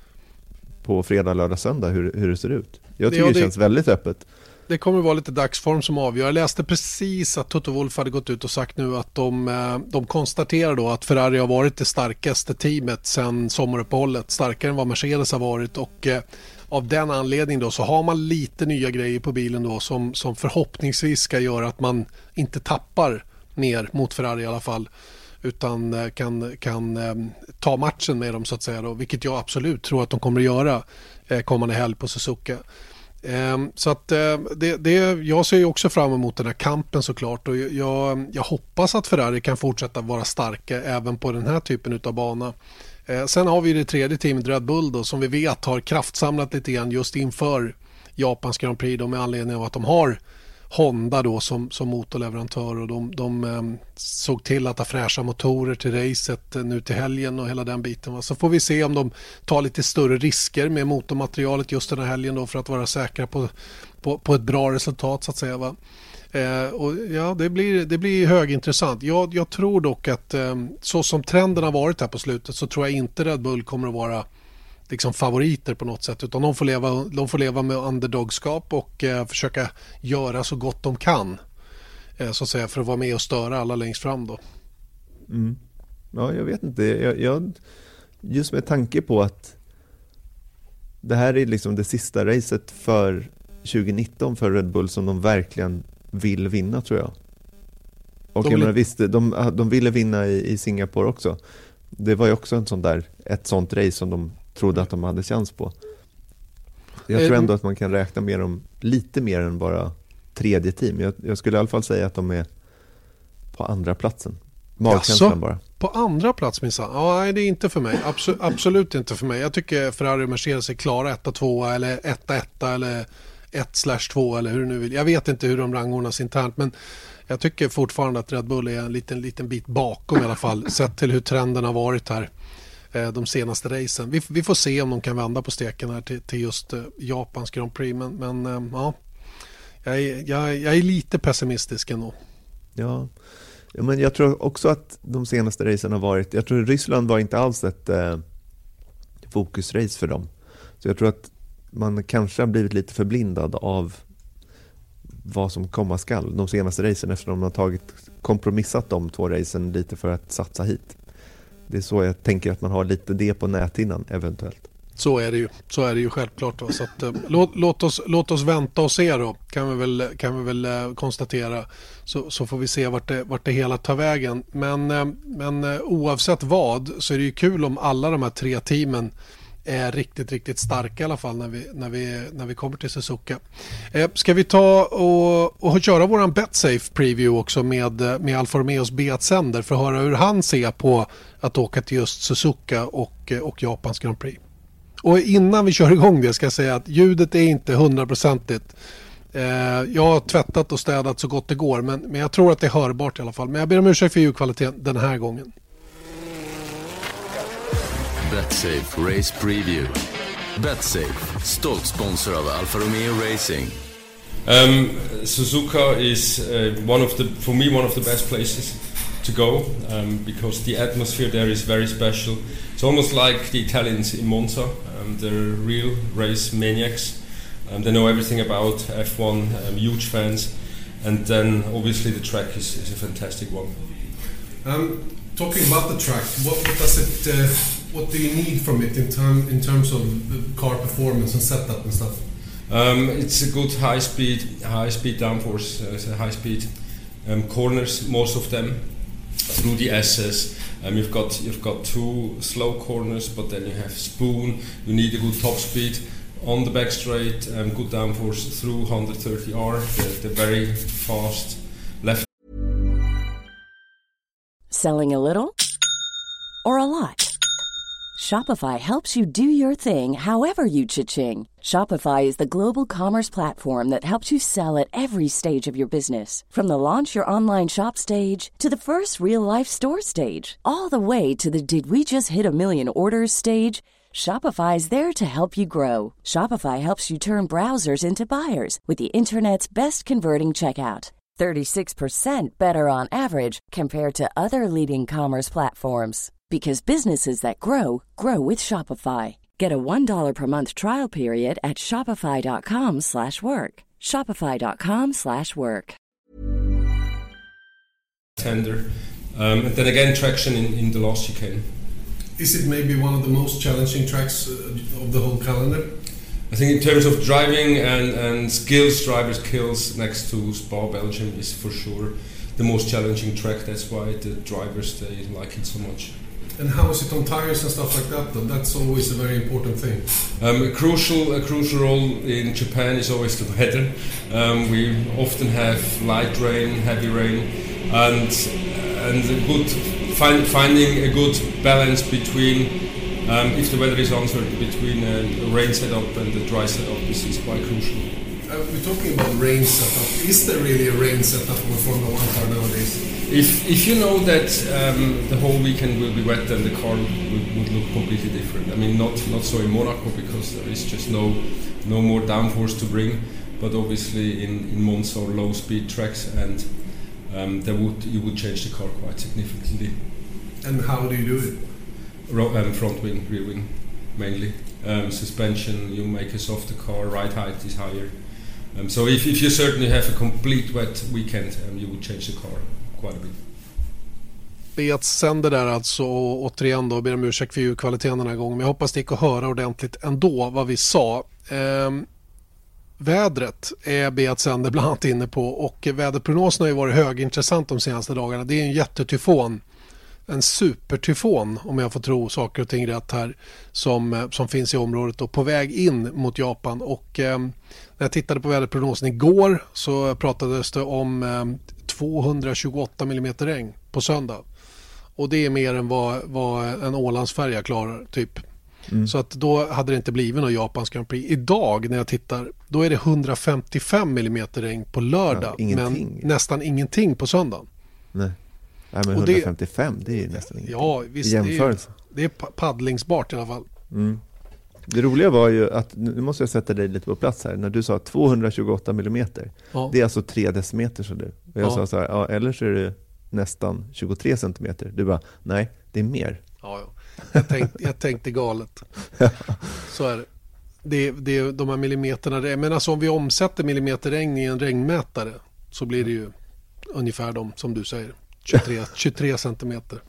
på fredag, lördag, söndag hur, hur det ser ut. Jag tycker det, det känns väldigt öppet.
Det kommer vara lite dagsform som avgör. Jag läste precis att Toto Wolff hade gått ut och sagt nu att de, de konstaterar då att Ferrari har varit det starkaste teamet sedan sommaruppehållet, starkare än vad Mercedes har varit, och eh, av den anledningen då så har man lite nya grejer på bilen då som, som förhoppningsvis ska göra att man inte tappar ner mot Ferrari i alla fall, utan eh, kan, kan eh, ta matchen med dem så att säga då, vilket jag absolut tror att de kommer att göra eh, kommande helg på Suzuka. Så att det, det, jag ser ju också fram emot den här kampen såklart, och jag, jag hoppas att Ferrari kan fortsätta vara starka även på den här typen av bana. Sen har vi det tredje teamet Red Bull då, som vi vet har kraftsamlat lite grann just inför Japans Grand Prix då, med anledning av att de har Honda då som, som motorleverantör, och de, de um, såg till att ha fräscha motorer till racet nu till helgen och hela den biten. Va? Så får vi se om de tar lite större risker med motormaterialet just den här helgen då, för att vara säkra på, på, på ett bra resultat så att säga. Va? Eh, och ja, det blir, det blir högintressant. Jag, jag tror dock att eh, så som trenden har varit här på slutet så tror jag inte Red Bull kommer att vara liksom favoriter på något sätt, utan de får leva, de får leva med underdogskap och eh, försöka göra så gott de kan eh, så att säga, för att vara med och störa alla längst fram då.
Mm. Ja, jag vet inte. Jag, jag, just med tanke på att det här är liksom det sista racet för tjugo nitton för Red Bull som de verkligen vill vinna, tror jag. Och de, jag menar, visst, de, de ville vinna i, i Singapore också. Det var ju också en sån där, ett sånt race som de trodde att de hade chans på. Jag tror ändå att man kan räkna med dem lite mer än bara tredje team. Jag, jag skulle i alla fall säga att de är på andra platsen. Magkänslan bara.
På andra plats minsann? Ja, nej, det är inte för mig. Absolut, absolut inte för mig. Jag tycker Ferrari och Mercedes är klara etta, tvåa eller etta, etta eller ett slash två eller hur du nu vill. Jag vet inte hur de rangordnas internt, men jag tycker fortfarande att Red Bull är en liten, liten bit bakom i alla fall, sett till hur trenden har varit här de senaste racen. Vi, vi får se om de kan vända på steken här till, till just uh, Japans Grand Prix, men, men uh, ja, jag är, jag, jag är lite pessimistisk ändå.
Ja, Ja, men jag tror också att de senaste racen har varit, jag tror Ryssland var inte alls ett eh, fokusrace för dem. Så jag tror att man kanske har blivit lite förblindad av vad som komma skall de senaste racen, eftersom de har tagit, kompromissat de två racen lite för att satsa hit. Det är så jag tänker att man har lite det på näthinnan eventuellt.
Så är det ju, så är det ju självklart. Då. Så att, eh, låt, låt, oss, låt oss vänta och se då, kan vi väl, kan vi väl eh, konstatera. Så, så får vi se vart det, vart det hela tar vägen. Men, eh, men eh, oavsett vad så är det ju kul om alla de här tre teamen är riktigt, riktigt starka i alla fall när vi, när vi, när vi kommer till Suzuka. Eh, ska vi ta och, och köra våran BetSafe preview också med, med Alfa Romeos Beat Sender för att höra hur han ser på att åka till just Suzuka och, och Japans Grand Prix. Och innan vi kör igång det ska jag säga att ljudet är inte hundraprocentigt. Eh, jag har tvättat och städat så gott det går men, men jag tror att det är hörbart i alla fall. Men jag ber om ursäkt för ljudkvaliteten den här gången.
BetSafe Race Preview. BetSafe, stolt sponsor av Alfa Romeo Racing.
Um, Suzuka is uh, one of the, for me, one of the best places to go um, because the atmosphere there is very special. It's almost like the Italians in Monza. Um, they're real race maniacs. Um, they know everything about F one, um, huge fans, and then obviously the track is, is a fantastic one.
Um, talking about the track, what, what does it? Uh, what do you need from it in term in terms of car performance and setup and stuff?
Um, it's a good high speed, high speed downforce, uh, so high speed um, corners, most of them through the S S. Um, you've got you've got two slow corners, but then you have spoon. You need a good top speed on the back straight, um, good downforce through one thirty R. The, the very fast left.
Selling a little or a lot? Shopify helps you do your thing however you cha-ching. Shopify is the global commerce platform that helps you sell at every stage of your business. From the launch your online shop stage to the first real-life store stage, all the way to the did we just hit a million orders stage. Shopify is there to help you grow. Shopify helps you turn browsers into buyers with the internet's best converting checkout. thirty-six percent better on average compared to other leading commerce platforms. Because businesses that grow, grow with Shopify. Get a one dollar per month trial period at shopify.com slash work. Shopify.com slash work.
Tender. Um, and then again, traction in, in the last chicane.
Is it maybe one of the most challenging tracks uh, of the whole calendar?
I think in terms of driving and, and skills, drivers' skills next to Spa, Belgium is for sure the most challenging track. That's why the drivers, they like it so much.
And how is it on tires and stuff like that though? That's always a very important thing.
Um, a crucial a crucial role in Japan is always the weather. Um, we often have light rain, heavy rain, and and a good find, finding a good balance between um, if the weather is uncertain between uh, a rain setup and the dry setup is, is quite crucial.
Uh, we're talking about rain setup. Is there really a rain setup on a Formula One car nowadays?
If if you know that um, the whole weekend will be wet, then the car would, would look completely different. I mean, not not so in Monaco because there is just no no more downforce to bring, but obviously in, in Monza or low speed tracks, and um, there would you would change the car quite significantly.
And how do you do it?
Ro- um, front wing, rear wing, mainly. Um, suspension, you make a softer car, ride height is higher. Um, so if, if you certainly have a complete wet weekend, um, you would change the car quite a bit.
Beat Sender där alltså, och återigen då ber om ursäkt för ljudkvaliteten den här gången, men jag hoppas det gick att höra ordentligt ändå vad vi sa. Ehm, vädret är Beat Sender bland annat inne på, och väderprognosen har ju varit högintressant de senaste dagarna. Det är en jättetyfon, en supertyfon om jag får tro saker och ting rätt här, som, som finns i området och på väg in mot Japan. Och eh, när jag tittade på väderprognosen igår så pratades det om eh, tvåhundratjugoåtta millimeter regn på söndag. Och det är mer än vad, vad en Ålandsfärja klarar typ. Mm. Så att då hade det inte blivit någon Japans Grand Prix. Idag när jag tittar, då är det hundrafemtiofem millimeter regn på lördag, ja, men nästan ingenting på söndagen.
Nej. Nej, men hundrafemtiofem, det, det är nästan ingenting.
Ja, visst,
jämförelse.
Det är, det är paddlingsbart i alla fall.
Mm. Det roliga var ju att, nu måste jag sätta dig lite på plats här, när du sa tvåhundratjugoåtta millimeter, ja. Det är alltså tre decimeter, så du. Och jag ja. sa så här, ja, eller så är det nästan tjugotre centimeter. Du bara, nej, det är mer.
Ja, ja. Jag, tänkte, jag tänkte galet. Så är det. Det, det, de här millimeterna, men alltså om vi omsätter millimeterregn i en regnmätare så blir det ju ungefär de som du säger, tjugotre, tjugotre centimeter.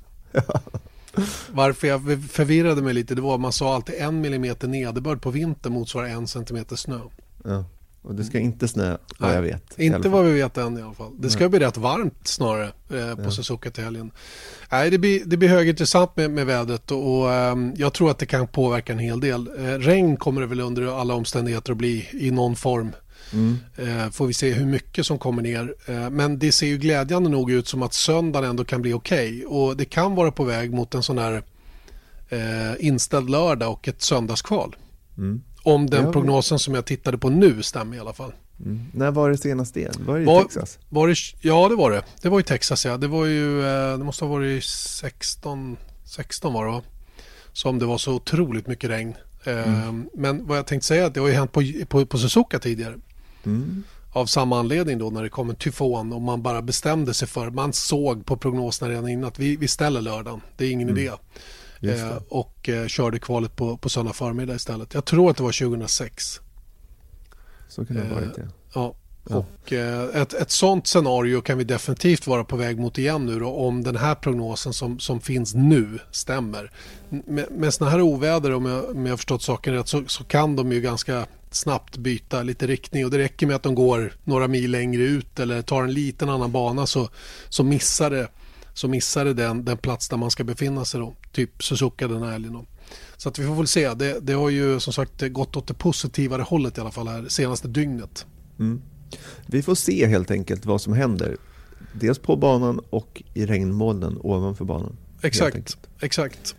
Varför jag förvirrade mig lite, det var att man sa alltid en millimeter nederbörd på vintern motsvarar en centimeter snö.
Ja, och det ska inte snö vad jag vet.
Inte vad vi vet än i alla fall. Det ska Nej. bli rätt varmt snarare eh, på ja. Suzuka till helgen. Nej, det blir, det blir högintressant med, med vädret och, och eh, jag tror att det kan påverka en hel del. Eh, regn kommer det väl under alla omständigheter att bli i någon form. Mm. Eh, får vi se hur mycket som kommer ner. Eh, men det ser ju glädjande nog ut som att söndagen ändå kan bli okej. Okay. Och det kan vara på väg mot en sån här eh, inställd lördag och ett söndagskval. Mm. Om den ja, prognosen som jag tittade på nu stämmer i alla fall.
Mm. När var det senast det? Var det i
var,
Texas?
Var det, ja, det var det. Det var i Texas, ja. Det var ju, det måste ha varit sexton, sexton var det, va? Som det var så otroligt mycket regn. Mm. Men vad jag tänkte säga är att det har ju hänt på, på, på Suzuka tidigare. Mm. Av samma anledning då när det kom en tyfon och man bara bestämde sig för, man såg på prognoserna redan innan att vi, vi ställer lördagen. Det är ingen mm. idé. Eh, och eh, körde kvalet på, på söndag förmiddag istället. Jag tror att det var tjugohundrasex.
Så kan det ha varit, ja.
Ja. Ja. Och eh, ett, ett sånt scenario kan vi definitivt vara på väg mot igen nu då, om den här prognosen som, som finns nu stämmer. Med, med såna här oväder, om jag, om jag har förstått saken rätt, så, så kan de ju ganska snabbt byta lite riktning och det räcker med att de går några mil längre ut eller tar en liten annan bana så, så missar det så missar det den, den plats där man ska befinna sig då. Typ Suzuka den här helgen då. Så att vi får väl se. Det, det har ju som sagt gått åt det positivare hållet i alla fall här senaste dygnet.
Mm. Vi får se helt enkelt vad som händer. Dels på banan och i regnmolnen ovanför banan.
Exakt, exakt.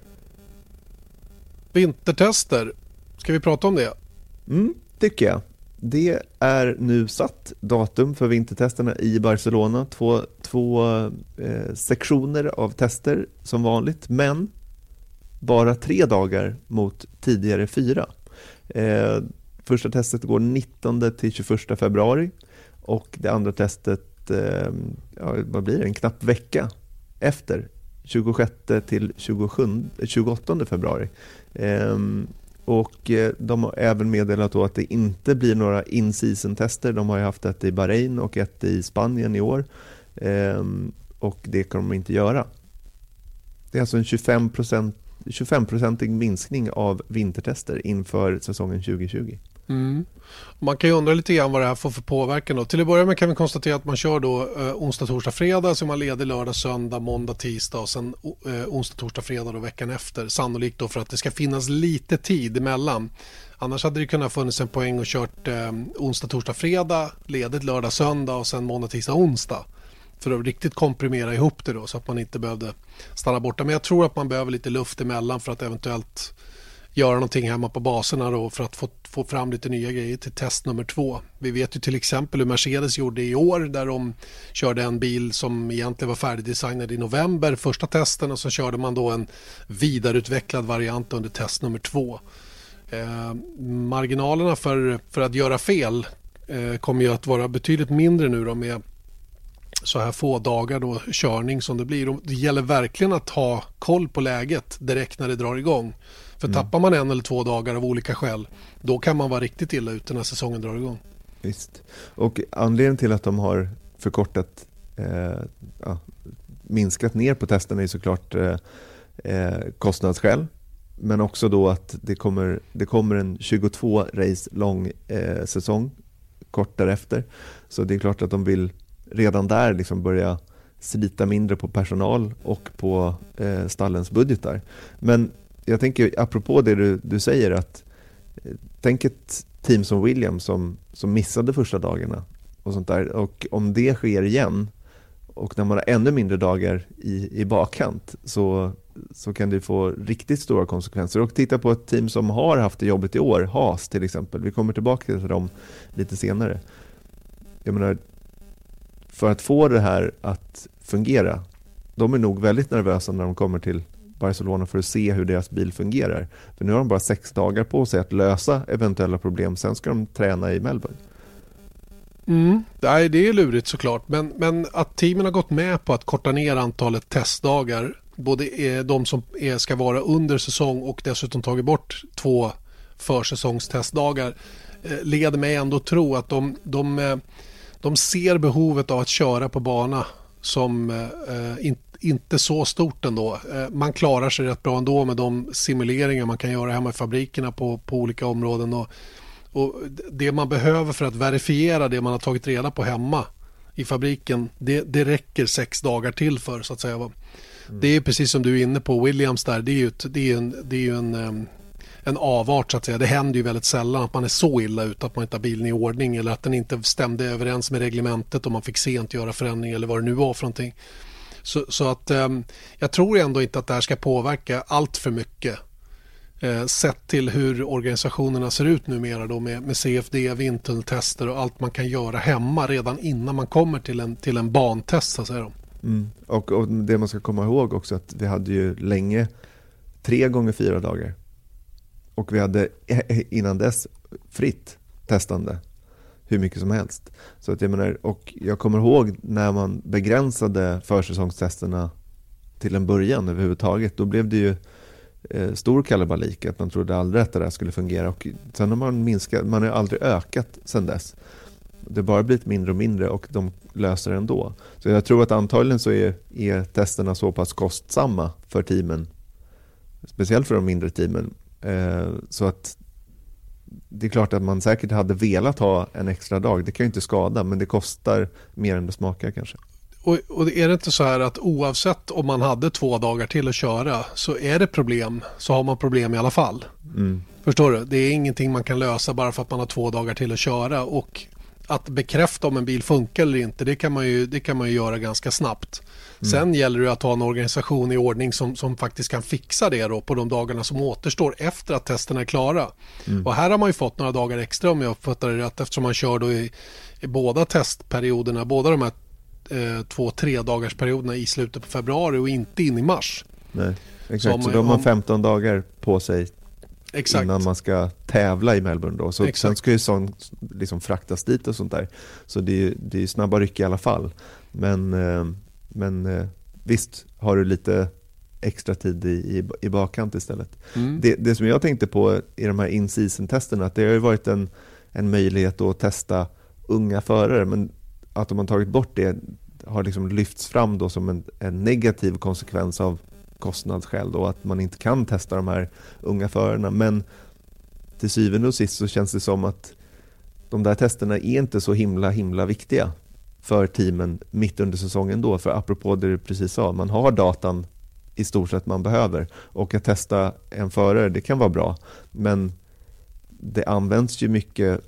Vintertester. Ska vi prata om det?
Mm, tycker jag. Det är nu satt datum för vintertesterna i Barcelona. Två, två eh, sektioner av tester som vanligt, men bara tre dagar mot tidigare fyra. Eh, första testet går nittonde till tjugoförsta februari och det andra testet eh, ja, vad blir det? En knapp vecka efter, tjugosjätte till tjugosjunde, tjugoåttonde februari. Eh, Och de har även meddelat då att det inte blir några in-season-tester. De har ju haft ett i Bahrain och ett i Spanien i år. Ehm, och det kommer de inte göra. Det är alltså en tjugofem procent, tjugofem-procentig minskning av vintertester inför säsongen tjugo tjugo.
Mm. Man kan ju undra lite grann vad det här får för påverkan då. Till att börja med kan vi konstatera att man kör då eh, onsdag, torsdag, fredag, så man leder lördag, söndag, måndag, tisdag och sen eh, onsdag, torsdag, fredag och veckan efter. Sannolikt då för att det ska finnas lite tid emellan. Annars hade det kunnat funnits en poäng och kört eh, onsdag, torsdag, fredag, ledigt lördag, söndag och sen måndag, tisdag, onsdag. För att riktigt komprimera ihop det då så att man inte behövde stanna borta. Men jag tror att man behöver lite luft emellan för att eventuellt göra någonting hemma på baserna då för att få, få fram lite nya grejer till test nummer två. Vi vet ju till exempel hur Mercedes gjorde i år där de körde en bil som egentligen var färdigdesignad i november, första testen, och så körde man då en vidareutvecklad variant under test nummer två. Eh, marginalerna för, för att göra fel eh, kommer ju att vara betydligt mindre nu då med så här få dagar då körning som det blir. Det gäller verkligen att ha koll på läget direkt när det drar igång. För mm. tappar man en eller två dagar av olika skäl, då kan man vara riktigt illa ute när säsongen drar igång.
Visst. Och anledningen till att de har förkortat, eh, ja, minskat ner på testerna är såklart eh, eh, kostnadsskäl. Men också då att det kommer, det kommer en tjugotvå race lång eh, säsong kort därefter. Så det är klart att de vill redan där liksom börja slita mindre på personal och på eh, stallens budgetar. Men jag tänker, apropå det du, du säger, att eh, tänk ett team som Williams som, som missade första dagarna och sånt där. Och om det sker igen och när man har ännu mindre dagar i, i bakkant så, så kan det få riktigt stora konsekvenser. Och titta på ett team som har haft det jobbet i år, Haas till exempel. Vi kommer tillbaka till dem lite senare. Jag menar, för att få det här att fungera, de är nog väldigt nervösa när de kommer till Barcelona för att se hur deras bil fungerar. För nu har de bara sex dagar på sig att lösa eventuella problem. Sen ska de träna i Melbourne.
Mm. Nej, det är lurigt såklart. Men, men att teamen har gått med på att korta ner antalet testdagar, både de som är, ska vara under säsong och dessutom tagit bort två försäsongstestdagar, leder mig ändå att tro att de, de, de ser behovet av att köra på bana som eh, in, inte så stort ändå. Eh, man klarar sig rätt bra ändå med de simuleringar man kan göra hemma i fabrikerna på, på olika områden, och, och det man behöver för att verifiera det man har tagit reda på hemma i fabriken, det, det räcker sex dagar till för, så att säga. Mm. Det är precis som du är inne på, Williams där, det är ju, ett, det är en, det är ju en um, en avart, så att säga. Det händer ju väldigt sällan att man är så illa ut att man inte har bilen i ordning, eller att den inte stämde överens med reglementet och man fick sent göra förändring eller vad det nu var för någonting. Så, så att um, jag tror ändå inte att det här ska påverka allt för mycket eh, sett till hur organisationerna ser ut numera då, med, med C F D, vindtunneltester och allt man kan göra hemma redan innan man kommer till en, till en bantest, så att säga.
Mm. Och, och det man ska komma ihåg också, att vi hade ju länge tre gånger fyra dagar. Och vi hade innan dess fritt testande hur mycket som helst. Så att jag menar, och jag kommer ihåg när man begränsade försäsongstesterna till en början överhuvudtaget, då blev det ju eh, stor kalabalik, att man trodde aldrig att det där skulle fungera. Och sen har man minskat, man har aldrig ökat sen dess. Det har bara blivit mindre och mindre och de löser det ändå. Så jag tror att antagligen så är, är testerna så pass kostsamma för teamen, speciellt för de mindre teamen. Så att det är klart att man säkert hade velat ha en extra dag. Det kan ju inte skada, men det kostar mer än det smakar kanske.
Och, och är det inte så här att oavsett om man hade två dagar till att köra, så är det problem, så har man problem i alla fall. Mm. Förstår du? Det är ingenting man kan lösa bara för att man har två dagar till att köra, och att bekräfta om en bil funkar eller inte, det kan man ju, det kan man ju göra ganska snabbt. Mm. Sen gäller det att ha en organisation i ordning som, som faktiskt kan fixa det då på de dagarna som återstår efter att testerna är klara. Mm. Och här har man ju fått några dagar extra, om jag uppfattar det rätt, eftersom man kör då i, i båda testperioderna, båda de här eh, två tre dagars perioderna i slutet på februari och inte in i mars.
Nej, exakt. Så, så då har man femton dagar på sig. Exakt. Innan man ska tävla i Melbourne då. Så sen ska ju sån liksom fraktas dit och sånt där. Så det är, det är snabba ryck i alla fall. Men, men visst har du lite extra tid i, i, i bakkant istället. Mm. Det, det som jag tänkte på i de här in-season-testerna, att det har ju varit en, en möjlighet att testa unga förare, men att de har tagit bort det har liksom lyfts fram då som en, en negativ konsekvens av kostnadsskäl då, att man inte kan testa de här unga förarna. Men till syvende och sist så känns det som att de där testerna är inte så himla himla viktiga för teamen mitt under säsongen då, för apropå det du precis sa, man har datan i stort sett man behöver, och att testa en förare, det kan vara bra, men det används ju mycket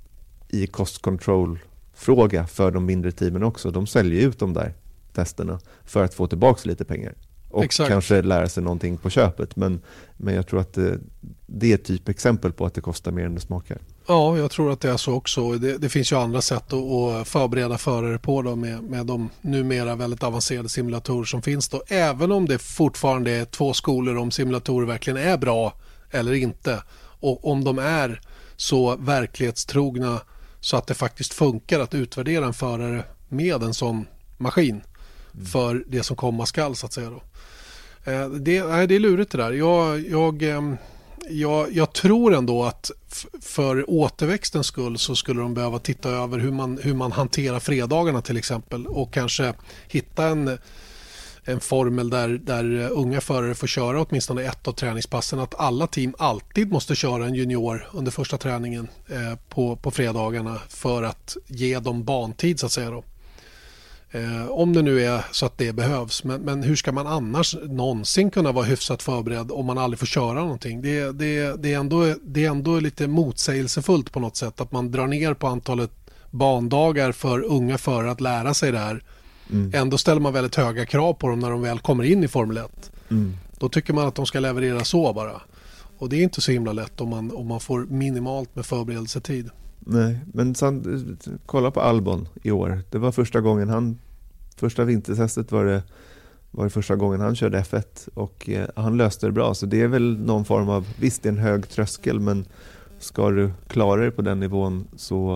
i cost control fråga för de mindre teamen också. De säljer ut de där testerna för att få tillbaka lite pengar. Och Exakt. Kanske lära sig någonting på köpet. Men, men jag tror att det, det är ett typ exempel på att det kostar mer än det smakar.
Ja, jag tror att det är så också. Det, det finns ju andra sätt att, att förbereda förare på då, med, med de numera väldigt avancerade simulatorer som finns då. Även om det fortfarande är två skolor om simulatorer verkligen är bra eller inte. Och om de är så verklighetstrogna så att det faktiskt funkar att utvärdera en förare med en sån maskin mm. för det som komma skall, så att säga då. Det, nej, det är lurigt det där. Jag, jag, jag, jag tror ändå att f- för återväxtens skull så skulle de behöva titta över hur man, hur man hanterar fredagarna till exempel, och kanske hitta en, en formel där, där unga förare får köra åtminstone ett av träningspassen, att alla team alltid måste köra en junior under första träningen eh, på, på fredagarna för att ge dem bantid, så att säga då. Eh, om det nu är så att det behövs. Men, men hur ska man annars någonsin kunna vara hyfsat förberedd om man aldrig får köra någonting? Det, det, det, är, ändå, det är ändå lite motsägelsefullt på något sätt att man drar ner på antalet bandagar för unga förare att lära sig det här. Mm. Ändå ställer man väldigt höga krav på dem när de väl kommer in i Formel ett. Mm. Då tycker man att de ska leverera så bara. Och det är inte så himla lätt om man, om man får minimalt med förberedelsetid.
Nej, men sen, kolla på Albon i år. Det var första gången han, första vintertestet var det, var det första gången han körde F ett, och eh, han löste det bra. Så det är väl någon form av, visst det är en hög tröskel, men ska du klara dig på den nivån så,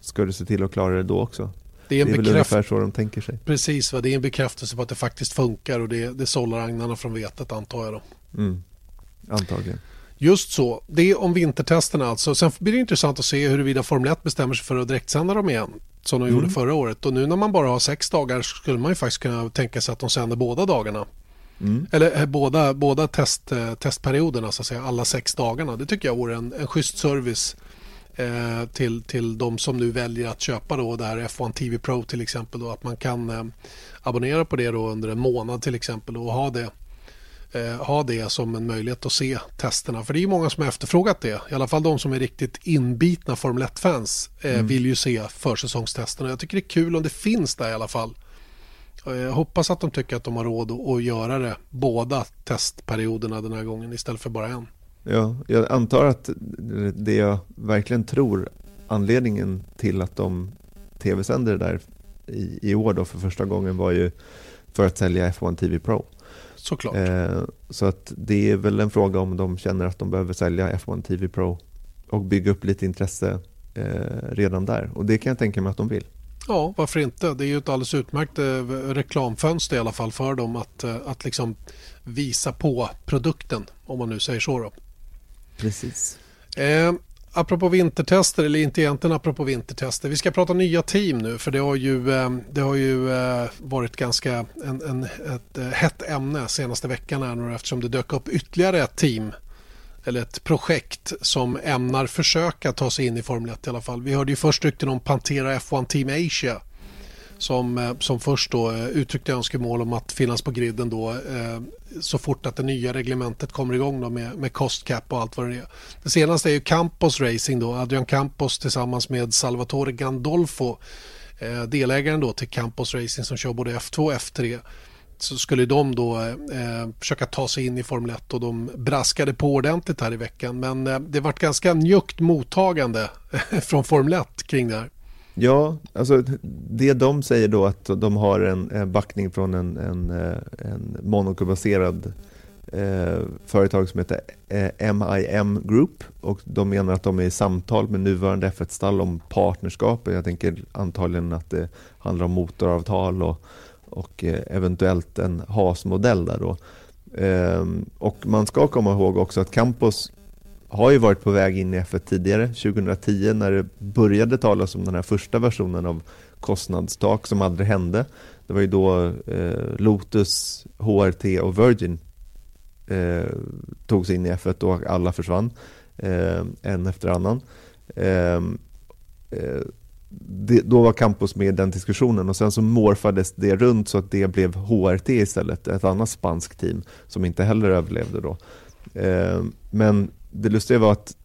ska du se till att klara det då också.
Det är, en
det är väl
bekräft-
ungefär så de tänker sig.
Precis, va? Det är en bekräftelse på att det faktiskt funkar och det, det sållar agnarna från vetet, antar jag då.
Mm. Antagligen.
Just så, det är om vintertesterna alltså. Sen blir det intressant att se huruvida Formel ett bestämmer sig för att direktsända dem igen, som de mm. gjorde förra året. Och nu när man bara har sex dagar skulle man ju faktiskt kunna tänka sig att de sänder båda dagarna. Mm. Eller eh, båda, båda test, eh, testperioderna, så att säga, alla sex dagarna. Det tycker jag vore en, en schysst service eh, till, till de som nu väljer att köpa då det här F ett T V Pro till exempel. Då, att man kan eh, abonnera på det då under en månad till exempel och ha det Eh, ha det som en möjlighet att se testerna. För det är ju många som har efterfrågat det. I alla fall de som är riktigt inbitna Formel ett-fans eh, mm. vill ju se försäsongstesterna. Jag tycker det är kul om det finns där i alla fall. Jag eh, hoppas att de tycker att de har råd att, att göra det båda testperioderna den här gången istället för bara en.
Ja, jag antar att det jag verkligen tror anledningen till att de tv-sänder det där i, i år då för första gången var ju för att sälja F ett T V Pro.
Såklart.
Eh, så att det är väl en fråga om de känner att de behöver sälja F ett T V Pro och bygga upp lite intresse eh, redan där. Och det kan jag tänka mig att de vill.
Ja, varför inte? Det är ju ett alldeles utmärkt eh, reklamfönster i alla fall för dem att, eh, att liksom visa på produkten, om man nu säger så då.
Precis.
Eh, apropå vintertester, eller inte egentligen apropå vintertester. Vi ska prata nya team nu, för det har ju, eh, det har ju eh, varit ganska en, en, ett eh, hett ämne senaste veckan här nu, eftersom det dök upp ytterligare ett team eller ett projekt som ämnar försöka ta sig in i Formel ett i alla fall. Vi hörde ju först rykten om Pantera F ett Team Asia som, som först då uttryckte önskemål om att finnas på griden då eh, så fort att det nya reglementet kommer igång då med, med cost cap och allt vad det är. Det senaste är ju Campos Racing då, Adrian Campos tillsammans med Salvatore Gandolfo, eh, delägaren då till Campos Racing som kör både F två och F tre. Så skulle de då eh, försöka ta sig in i Formel ett och de braskade på ordentligt här i veckan. Men eh, det varit ganska njukt mottagande från Formel ett kring det här.
Ja, alltså det de säger då att de har en, en backning från en, en, en Monaco-baserad eh, företag som heter eh, M I M Group, och de menar att de är i samtal med nuvarande F ett-stall om partnerskap. Jag tänker antagligen att det handlar om motoravtal och och eventuellt en H A S-modell där då. Ehm, och man ska komma ihåg också att Campos har ju varit på väg in i F ett tidigare, tjugohundratio, när det började talas om den här första versionen av kostnadstak som aldrig hände. Det var ju då eh, Lotus, H R T och Virgin eh, tog sig in i F ett och alla försvann eh, en efter annan. Ehm, eh, Det, då var Campos med i den diskussionen och sen så morfades det runt så att det blev H R T istället, ett annat spanskt team som inte heller överlevde då. Eh, men det lustiga var att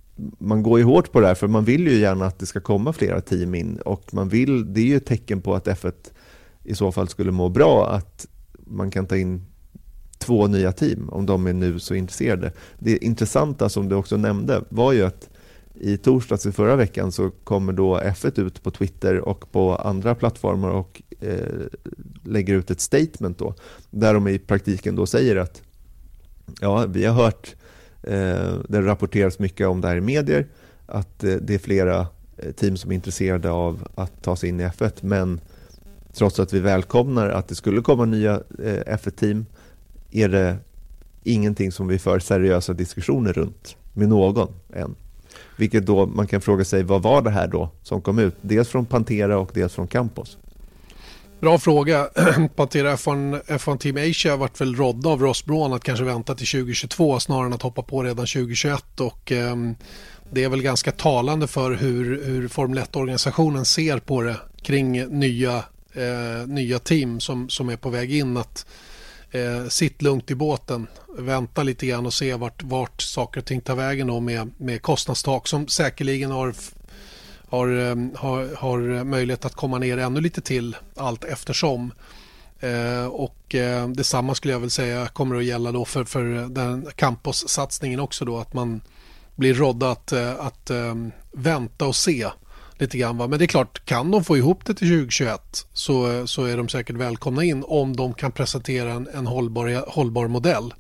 man går ju hårt på det här, för man vill ju gärna att det ska komma flera team in, och man vill, det är ju ett tecken på att F ett i så fall skulle må bra att man kan ta in två nya team om de är nu så intresserade. Det intressanta som du också nämnde var ju att i torsdags i förra veckan så kommer då F ett ut på Twitter och på andra plattformar och eh, lägger ut ett statement då, där de i praktiken då säger att ja, vi har hört eh, det rapporteras mycket om det här i medier, att eh, det är flera team som är intresserade av att ta sig in i F ett, men trots att vi välkomnar att det skulle komma nya eh, F ett-team är det ingenting som vi för seriösa diskussioner runt med någon än. Vilket då man kan fråga sig, vad var det här då som kom ut? Dels från Pantera och dels från Campos.
Bra fråga. Pantera F ett Team Asia har varit väl rådd av Ross Brawn att kanske vänta till tjugohundratjugotvå snarare än att hoppa på redan tjugohundratjugoett, och eh, det är väl ganska talande för hur, hur Formel ett-organisationen ser på det kring nya, eh, nya team som, som är på väg in, att Eh, sitt lugnt i båten, vänta lite grann och se vart, vart saker och ting tar vägen då med, med kostnadstak som säkerligen har, har, har, har möjlighet att komma ner ännu lite till allt eftersom. Eh, och eh, detsamma skulle jag väl säga kommer att gälla då för, för den campus-satsningen också då, att man blir rådd att, att äh, vänta och se lite grann. Va? Men det är klart, kan de få ihop det till tjugohundratjugoett så, så är de säkert välkomna in om de kan presentera en, en hållbar, hållbar modell.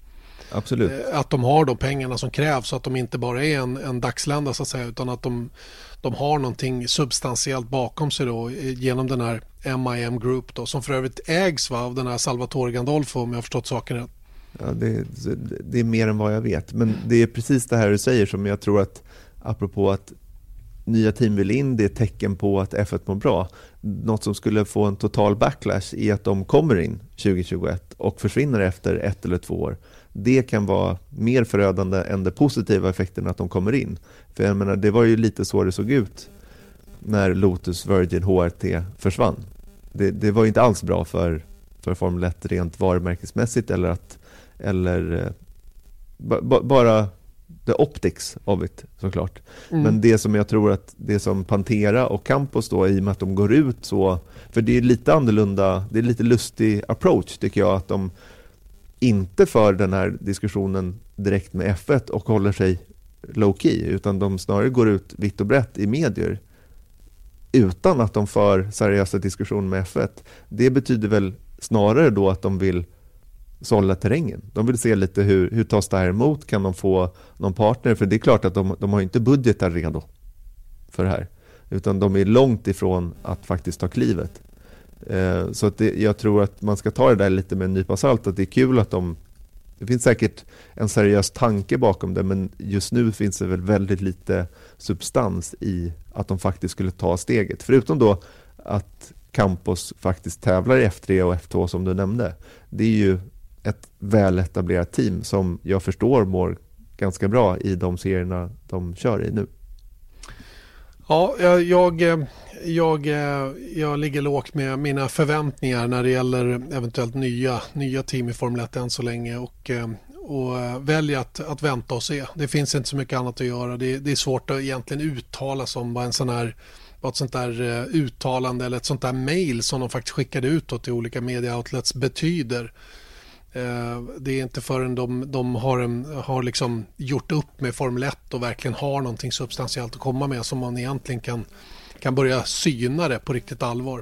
Absolut.
Att de har de pengarna som krävs så att de inte bara är en, en dagslända så att säga, utan att de, de har någonting substantiellt bakom sig då genom den här M I M Group då, som för övrigt ägs va, av den här Salvatore Gandolfo om jag har förstått saken rätt.
Ja, det, det är mer än vad jag vet, men det är precis det här du säger som jag tror att apropå att nya team vill in, det är tecken på att F ett mår bra. Något som skulle få en total backlash i att de kommer in tjugohundratjugoett och försvinner efter ett eller två år. Det kan vara mer förödande än de positiva effekterna att de kommer in. För jag menar, det var ju lite så det såg ut när Lotus, Virgin, H R T försvann. Det, det var ju inte alls bra för, för Formel ett rent varumärkesmässigt eller att eller b- b- bara the optics of it såklart. Mm. Men det som jag tror att det som Pantera och Campos då, i och med att de går ut så, för det är lite annorlunda, det är lite lustig approach tycker jag, att de inte för den här diskussionen direkt med F ett och håller sig low key, utan de snarare går ut vitt och brett i medier utan att de för seriösa diskussioner med F ett. Det betyder väl snarare då att de vill sålla terrängen. De vill se lite hur, hur tas det här emot, kan de få någon partner, för det är klart att de, de har inte budgetar redo för det här, utan de är långt ifrån att faktiskt ta klivet. Eh, så att det, jag tror att man ska ta det där lite med en nypa salt, att det är kul att de, det finns säkert en seriös tanke bakom det, men just nu finns det väl väldigt lite substans i att de faktiskt skulle ta steget, förutom då att Campos faktiskt tävlar i F tre och F två som du nämnde. Det är ju ett väl etablerat team som jag förstår mår ganska bra i de serierna de kör i nu.
Ja, jag, jag, jag, jag ligger lågt med mina förväntningar när det gäller eventuellt nya, nya team i Formel ett än så länge och, och väljer att, att vänta och se. Det finns inte så mycket annat att göra. Det, det är svårt att egentligen uttala som vad en sån här vad ett sånt där uttalande eller ett sånt där mail som de faktiskt skickade ut till olika media outlets betyder. Det är inte förrän de, de har, en, har liksom gjort upp med Formel ett och verkligen har någonting substantiellt att komma med som man egentligen kan, kan börja syna det på riktigt allvar.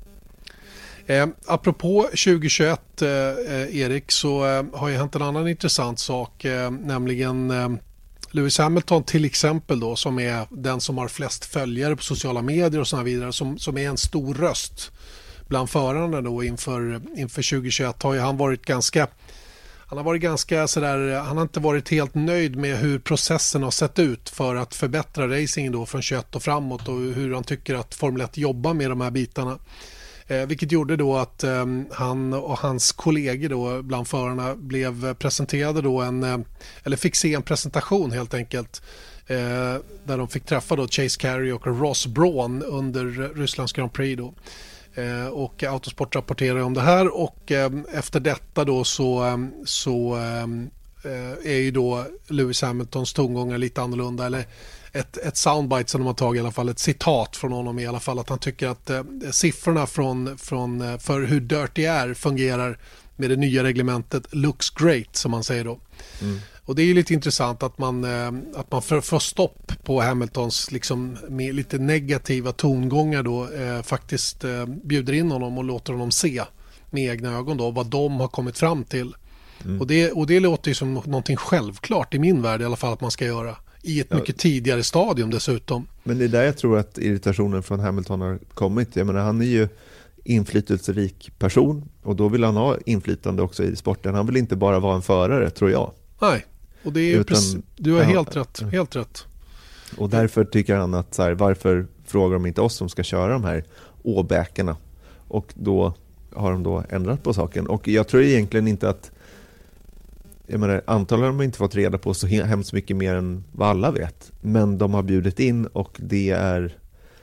Eh, apropå tjugohundratjugoett eh, Erik, så eh, har ju hänt en annan intressant sak, eh, nämligen eh, Lewis Hamilton till exempel då, som är den som har flest följare på sociala medier och så vidare, som, som är en stor röst bland förarna då inför, inför tjugohundratjugoett, har ju han varit ganska han har varit ganska sådär, han har inte varit helt nöjd med hur processen har sett ut för att förbättra racingen då från tjugoett och framåt, och hur han tycker att Formel ett jobbar med de här bitarna. Eh, vilket gjorde då att eh, han och hans kollegor då bland förarna blev presenterade då en, eh, eller fick se en presentation helt enkelt, eh, där de fick träffa då Chase Carey och Ross Brawn under Rysslands Grand Prix då. Eh, och Autosport rapporterar om det här, och eh, efter detta då så, eh, så eh, är ju då Lewis Hamiltons tongångar lite annorlunda, eller ett, ett soundbite som de har tagit i alla fall, ett citat från honom i alla fall, att han tycker att eh, siffrorna från, från, för hur Dirty Air fungerar med det nya reglementet looks great, som man säger då. Mm. Och det är ju lite intressant att man, eh, att man för, för stopp på Hamiltons liksom, med lite negativa tongångar då, eh, faktiskt eh, bjuder in honom och låter honom se med egna ögon då vad de har kommit fram till. Mm. Och, det, och det låter ju som någonting självklart i min värld i alla fall att man ska göra. I ett ja. mycket tidigare stadium dessutom.
Men det är där jag tror att irritationen från Hamilton har kommit. Jag menar, han är ju inflytelserik person, och då vill han ha inflytande också i sporten. Han vill inte bara vara en förare, tror jag.
Nej, och det är ju Utan, precis, du har ja, helt rätt, helt rätt.
Och därför tycker han att så här, varför frågar de inte oss som ska köra de här åbäkarna? Och då har de då ändrat på saken. Och jag tror egentligen inte att, jag menar, antagligen har de inte fått reda på så hemskt mycket mer än vad alla vet. Men de har bjudit in, och det är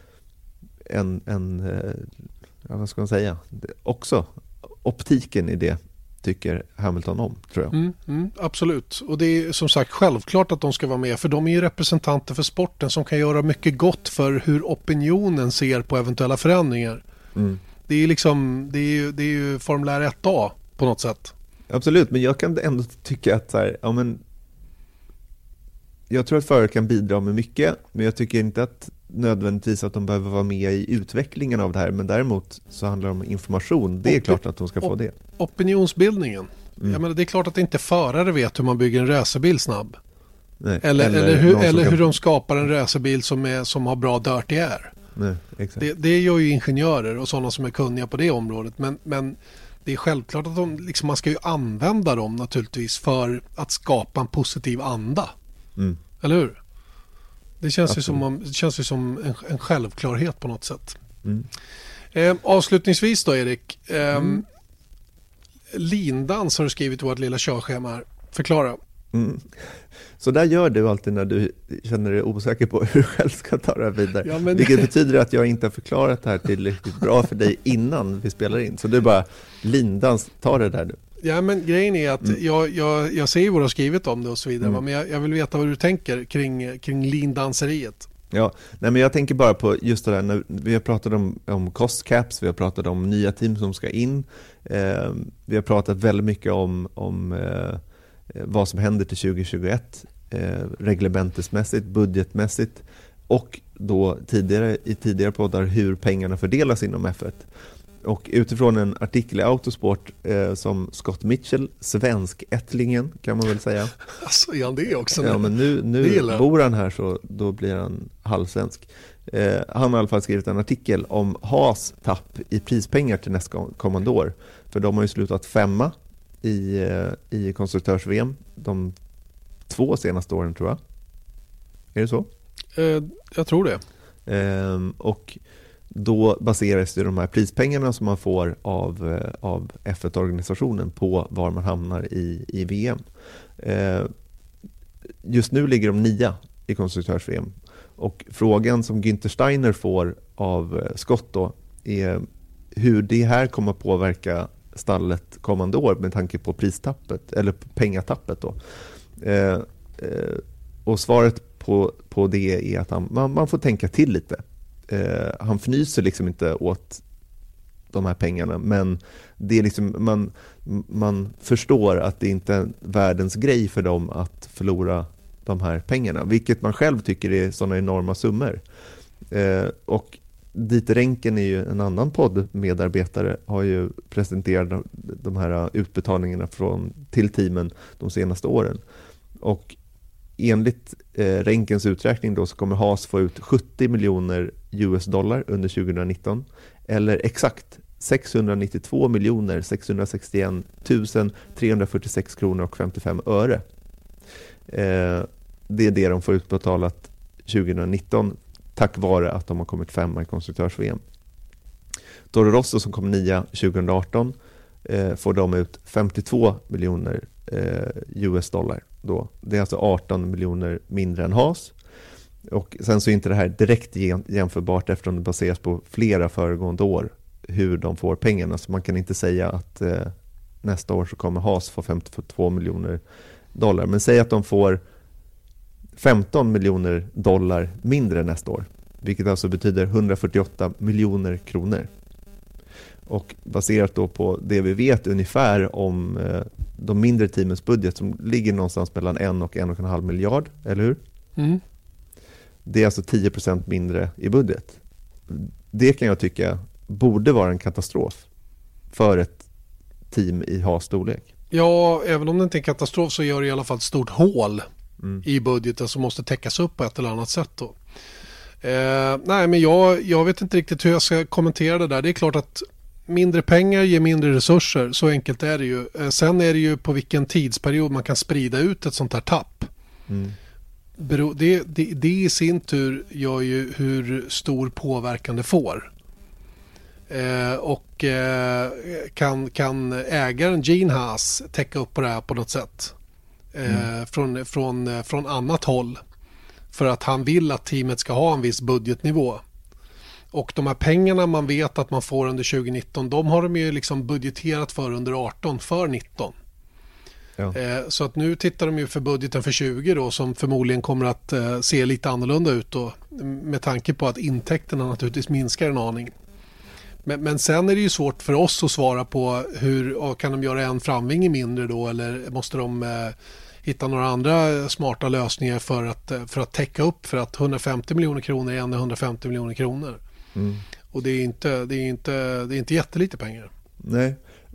en, en ja, vad ska man säga, också optiken i det tycker Hamilton om, tror jag.
Mm, mm, absolut. Och det är som sagt självklart att de ska vara med, för de är ju representanter för sporten som kan göra mycket gott för hur opinionen ser på eventuella förändringar. Mm. Det är liksom, det är ju, det är ju Formel ett A på något sätt.
Absolut, men jag kan ändå tycka att så här, ja, men jag tror att förare kan bidra med mycket, men jag tycker inte att nödvändigtvis att de behöver vara med i utvecklingen av det här, men däremot så handlar det om information. Det är Opi- klart att de ska få det.
Opinionsbildningen. Mm. Jag menar, det är klart att inte förare vet hur man bygger en racerbil snabb.
Nej.
Eller, eller, eller, hur, eller hur de skapar en racerbil som, är, som har bra dirty air.
Nej, exakt.
Det, det gör ju ingenjörer och sådana som är kunniga på det området. Men, men det är självklart att de, liksom, man ska ju använda dem naturligtvis för att skapa en positiv anda. Mm. Eller hur? Det känns ju som, det känns ju som en, en självklarhet på något sätt. Mm. Eh, avslutningsvis då, Erik. Eh, mm. Lindans har du skrivit i vårt lilla körschema här. Förklara.
Mm. Så där gör du alltid när du känner dig osäker på hur du själv ska ta det här vidare. Ja, men... Vilket betyder att jag inte har förklarat det här tillräckligt bra för dig innan vi spelar in. Så du bara, Lindans, ta det där nu.
Ja, men grejen är att mm. jag, jag, jag ser vad du har skrivit om det och så vidare. Mm. Men jag, jag vill veta vad du tänker kring, kring lindanseriet.
Ja, nej, men jag tänker bara på just det där när vi har pratat om, om cost caps, vi har pratat om nya team som ska in. Eh, vi har pratat väldigt mycket om, om eh, vad som händer till tjugo tjugoett eh, reglementesmässigt, budgetmässigt och då tidigare i tidigare poddar hur pengarna fördelas inom F ett. Och utifrån en artikel i Autosport eh, som Scott Mitchell, svensk ättlingen kan man väl säga.
Alltså är han det också?
Ja, men nu, nu bor han här så då blir han halvsvensk. Eh, han har i alla fall skrivit en artikel om Haas tapp i prispengar till nästa kommande år. För de har ju slutat femma i, eh, i konstruktörs-V M de två senaste åren, tror jag. Är det så?
Eh, jag tror det.
Eh, och då baseras det de här prispengarna som man får av, av F ett-organisationen på var man hamnar i, i V M. Eh, just nu ligger de nia i konstruktörs-V M. Och frågan som Günther Steiner får av Scott då är hur det här kommer att påverka stallet kommande år med tanke på pristappet, eller pengatappet då. Eh, eh, och svaret på, på det är att han, man, man får tänka till lite. Uh, han fnyser liksom inte åt de här pengarna, men det är liksom, man, man förstår att det inte är världens grej för dem att förlora de här pengarna, vilket man själv tycker är sådana enorma summor. Uh, och Dieter Renken är ju en annan poddmedarbetare, har ju presenterat de här utbetalningarna från, till teamen de senaste åren. Och enligt eh, Renkens uträkning då så kommer Haas få ut sjuttio miljoner U S dollar under tjugonitton, eller exakt sexhundranittiotvå miljoner sexhundrasextioen tusen trehundrafyrtiosex kronor och femtiofem öre. Eh, det är det de får utbetalat tjugonitton tack vare att de har kommit femma i konstruktörs-V M. Toro Rosso som kom nia tjugoarton eh, får de ut femtiotvå miljoner eh, U S dollar. Då. Det är alltså arton miljoner mindre än Haas. Och sen så är inte det här direkt jämförbart eftersom det baseras på flera föregående år hur de får pengarna. Så man kan inte säga att eh, nästa år så kommer Haas få femtiotvå miljoner dollar. Men säg att de får femton miljoner dollar mindre nästa år. Vilket alltså betyder hundrafyrtioåtta miljoner kronor. Och baserat då på det vi vet ungefär om eh, de mindre teamens budget som ligger någonstans mellan en och en och en halv miljard, eller hur? Mm. Det är alltså tio procent mindre i budget. Det kan jag tycka borde vara en katastrof för ett team i Haas storlek.
Ja, även om det inte är en katastrof så gör det i alla fall ett stort hål mm. i budgeten som måste täckas upp på ett eller annat sätt då. Eh, nej, men jag, jag vet inte riktigt hur jag ska kommentera det där. Det är klart att mindre pengar ger mindre resurser, så enkelt är det ju. Eh, sen är det ju på vilken tidsperiod man kan sprida ut ett sånt här tapp. Mm. Bero, det, det, det i sin tur gör ju hur stor påverkan det får. Eh, och eh, kan, kan ägaren Gene Haas täcka upp på det här på något sätt eh, mm. från, från, från annat håll för att han vill att teamet ska ha en viss budgetnivå. Och de här pengarna man vet att man får under tjugonitton, de har de ju liksom budgeterat för under arton för nitton. Ja. Eh, så att nu tittar de ju för budgeten för tjugo då, som förmodligen kommer att eh, se lite annorlunda ut då, med tanke på att intäkterna naturligtvis minskar en aning. Men, men sen är det ju svårt för oss att svara på hur kan de göra en framvinge mindre då, eller måste de eh, hitta några andra smarta lösningar för att, för att täcka upp, för att hundrafemtio miljoner kronor är ändå hundrafemtio miljoner kronor. Mm. Och det är inte, det är inte, det är inte jättelite pengar.
Nej.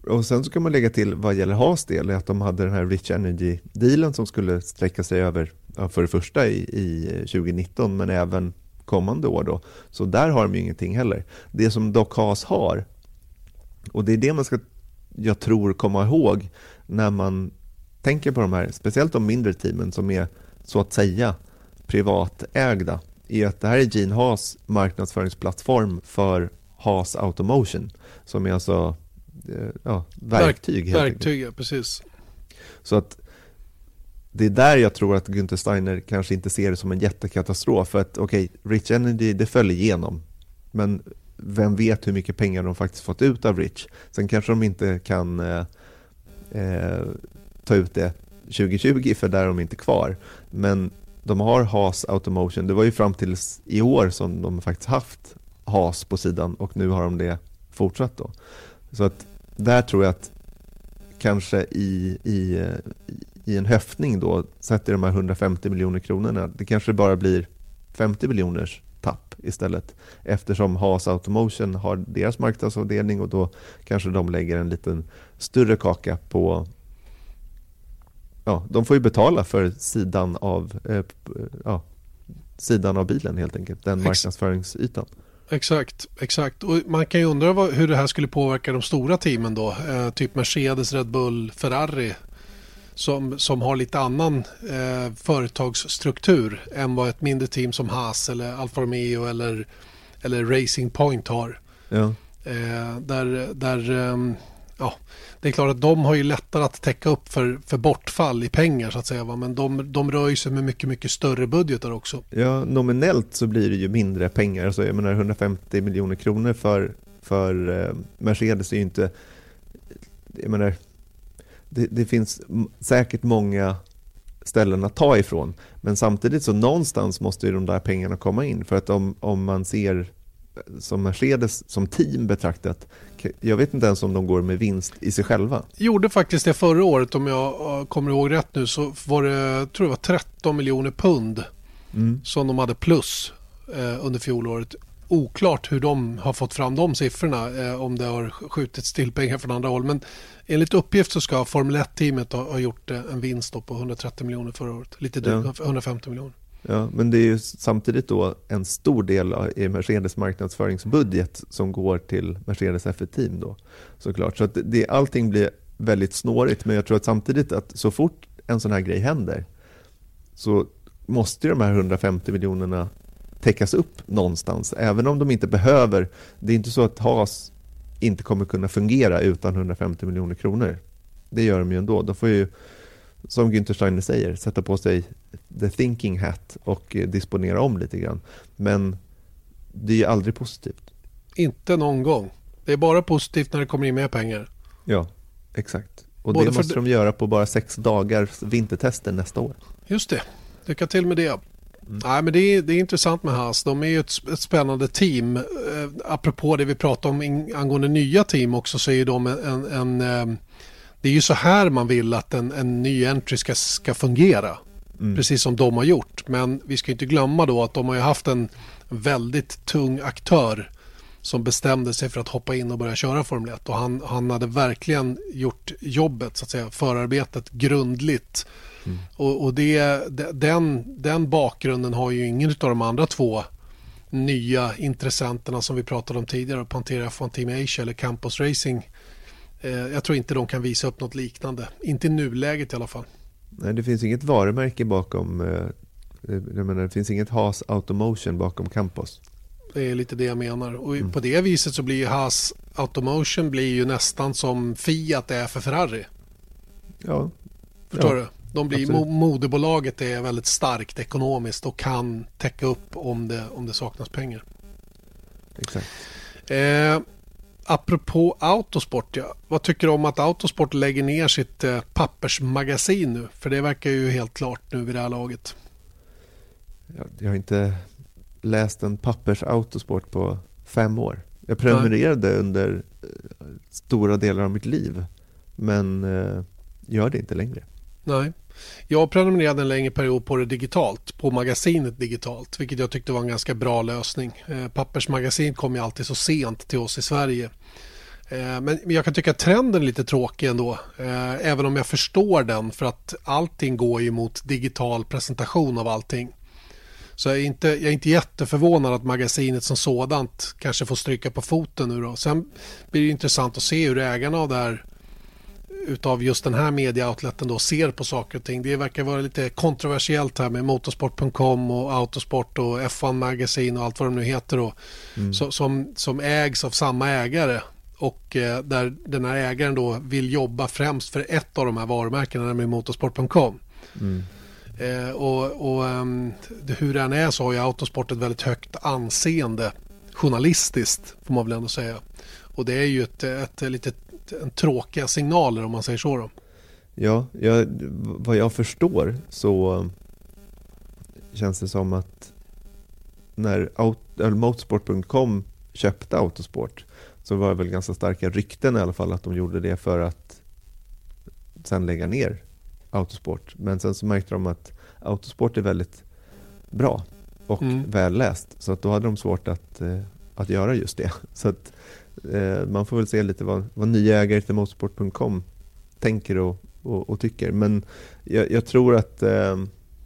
och sen så kan man lägga till vad gäller Haas del att de hade den här Rich Energy-dealen som skulle sträcka sig över ja, för det första i, i tjugonitton men även kommande år då. Så där har de ju ingenting heller. Det som dock Haas har, och det är det man ska, jag tror, komma ihåg när man tänker på de här, speciellt de mindre teamen som är så att säga privatägda, är att det här är Gene Haas marknadsföringsplattform för Haas Automotion som är alltså ja, verktyg.
Verk, verktyg, ja, precis.
Så att det är där jag tror att Günther Steiner kanske inte ser det som en jättekatastrof. För att okej, okay, Rich Energy, det följer igenom. Men vem vet hur mycket pengar de faktiskt fått ut av Rich. Sen kanske de inte kan eh, eh, ta ut det tjugo tjugo för där är de inte kvar. Men de har Haas Automotion. Det var ju fram till i år som de faktiskt haft Haas på sidan och nu har de det fortsatt då. Så att där tror jag att kanske i, i, i en höftning då sätter de här hundrafemtio miljoner kronorna, det kanske bara blir femtio miljoners tapp istället eftersom Haas Automotion har deras marknadsavdelning och då kanske de lägger en liten större kaka på, ja, de får ju betala för sidan av eh, ja, sidan av bilen helt enkelt, den marknadsföringsytan.
Exakt, exakt. Och man kan ju undra vad, hur det här skulle påverka de stora teamen då. Eh, typ Mercedes, Red Bull, Ferrari som, som har lite annan eh, företagsstruktur än vad ett mindre team som Haas eller Alfa Romeo eller, eller Racing Point har.
Ja.
Eh, där där eh, ja, det är klart att de har ju lättare att täcka upp för, för bortfall i pengar så att säga, va? Men de, de rör ju sig med mycket, mycket större budgetar också.
Ja, nominellt så blir det ju mindre pengar. Alltså, jag menar hundrafemtio miljoner kronor för, för eh, Mercedes är ju inte, jag menar, det, det finns m- säkert många ställen att ta ifrån. Men samtidigt så någonstans måste ju de där pengarna komma in. För att om, om man ser som Mercedes som team betraktat, jag vet inte ens om de går med vinst i sig själva.
Gjorde faktiskt det förra året, om jag kommer ihåg rätt nu, så var det, tror jag var tretton miljoner pund mm. som de hade plus eh, under fjolåret. Oklart hur de har fått fram de siffrorna, eh, om det har skjutits till pengar från andra håll. Men enligt uppgift så ska Formel ett-teamet ha, ha gjort eh, en vinst då på hundratrettio miljoner förra året. Lite drygt, ja. hundrafemtio miljoner.
Ja, men det är ju samtidigt då en stor del i Mercedes marknadsföringsbudget som går till Mercedes F ett-team då, såklart. Så att det, allting blir väldigt snårigt, men jag tror att samtidigt att så fort en sån här grej händer så måste de här hundrafemtio miljonerna täckas upp någonstans, även om de inte behöver. Det är inte så att Haas inte kommer kunna fungera utan hundrafemtio miljoner kronor. Det gör de ju ändå. De får ju, som Günther Steiner säger, sätta på sig the thinking hat och disponera om lite grann. Men det är ju aldrig positivt.
Inte någon gång. Det är bara positivt när det kommer in mer pengar.
Ja, exakt. Och
Både
det måste
för...
de göra på bara sex dagars vintertester nästa år.
Just det. Lycka till med det. Mm. Nej, men det är, det är intressant med Haas. De är ju ett, ett spännande team. Eh, apropå det vi pratade om in, angående nya team också, så är de en... en, en eh, det är ju så här man vill att en, en ny entry ska, ska fungera. Mm. Precis som de har gjort. Men vi ska inte glömma då att de har ju haft en väldigt tung aktör som bestämde sig för att hoppa in och börja köra Formel ett. Och han, han hade verkligen gjort jobbet, så att säga, förarbetet grundligt. Mm. Och, och det, den, den bakgrunden har ju ingen av de andra två nya intressenterna som vi pratade om tidigare, Pantera från Team Asia eller Campos Racing. Eh, jag tror inte de kan visa upp något liknande. Inte i nuläget i alla fall.
Nej, det finns inget varumärke bakom, eh, jag menar, det finns inget Haas Automotion bakom Campos.
Det är lite det jag menar. Och
mm.
på det viset så blir ju Haas Automotion blir ju nästan som Fiat är för Ferrari.
Ja.
Förstår
ja.
du? De blir, mo- moderbolaget är väldigt starkt ekonomiskt och kan täcka upp om det, om det saknas pengar.
Exakt.
Eh, apropå Autosport, ja. Vad tycker du om att Autosport lägger ner sitt eh, pappersmagasin nu? För det verkar ju helt klart nu vid det här laget.
Jag, jag har inte läst en pappers Autosport på fem år. Jag prenumererade Nej. under eh, stora delar av mitt liv. Men eh, gör det inte längre.
Nej. Jag prenumererade en längre period på det digitalt, på magasinet digitalt, vilket jag tyckte var en ganska bra lösning. Eh, pappersmagasin kom ju alltid så sent till oss i Sverige. Men jag kan tycka att trenden är lite tråkig ändå, även om jag förstår den, för att allting går ju mot digital presentation av allting. Så jag är inte, jag är inte jätteförvånad att magasinet som sådant kanske får stryka på foten nu då. Sen blir det intressant att se hur ägarna av det här, utav just den här media-outleten då, ser på saker och ting. Det verkar vara lite kontroversiellt här med motorsport punkt com och Autosport och F ett Magazine och allt vad de nu heter då, mm. så, som, som ägs av samma ägare. Och eh, där den här ägaren då vill jobba främst för ett av de här varumärkena, nämligen motorsport punkt com. Mm. Eh, och och um, det, hur den är, så har ju Autosport ett väldigt högt anseende journalistiskt, får man väl ändå säga. Och det är ju ett, ett, ett litet en tråkiga signaler, om man säger så då.
Ja, jag, vad jag förstår så känns det som att när motorsport punkt com köpte Autosport så var det väl ganska starka rykten i alla fall att de gjorde det för att sen lägga ner Autosport. Men sen så märkte de att Autosport är väldigt bra och mm. välläst, så att då hade de svårt att, att göra just det. Så att eh, man får väl se lite vad, vad nya ägare till motorsport punkt com tänker och, och, och tycker. Men jag, jag tror att eh,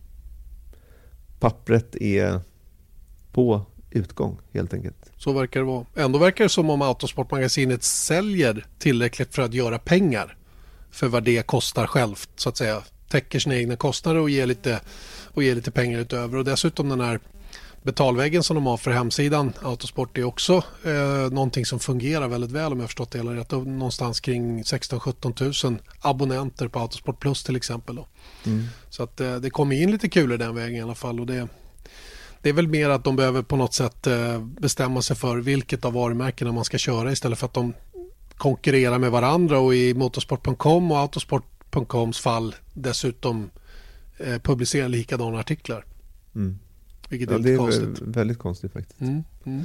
pappret är på utgång helt enkelt.
Så verkar det vara. Ändå verkar det som om Autosportmagasinet säljer tillräckligt för att göra pengar för vad det kostar självt, så att säga. Täcker sina egna kostnader och ger lite, och ger lite pengar utöver. Och dessutom den här betalväggen som de har för hemsidan Autosport är också eh, någonting som fungerar väldigt väl, om jag förstått det hela rätt. Någonstans kring sexton sjutton tusen abonnenter på Autosport Plus till exempel då. Mm. Så att eh, det kommer in lite kul i den vägen i alla fall, och det, det är väl mer att de behöver på något sätt eh, bestämma sig för vilket av varumärkena man ska köra, istället för att de konkurrerar med varandra, och i motorsport punkt com och Autosport punkt coms fall dessutom eh, publicerar likadana artiklar. Mm. Vilket är
ja,
lite
det är
konstigt.
väldigt konstigt faktiskt.
Mm. Mm.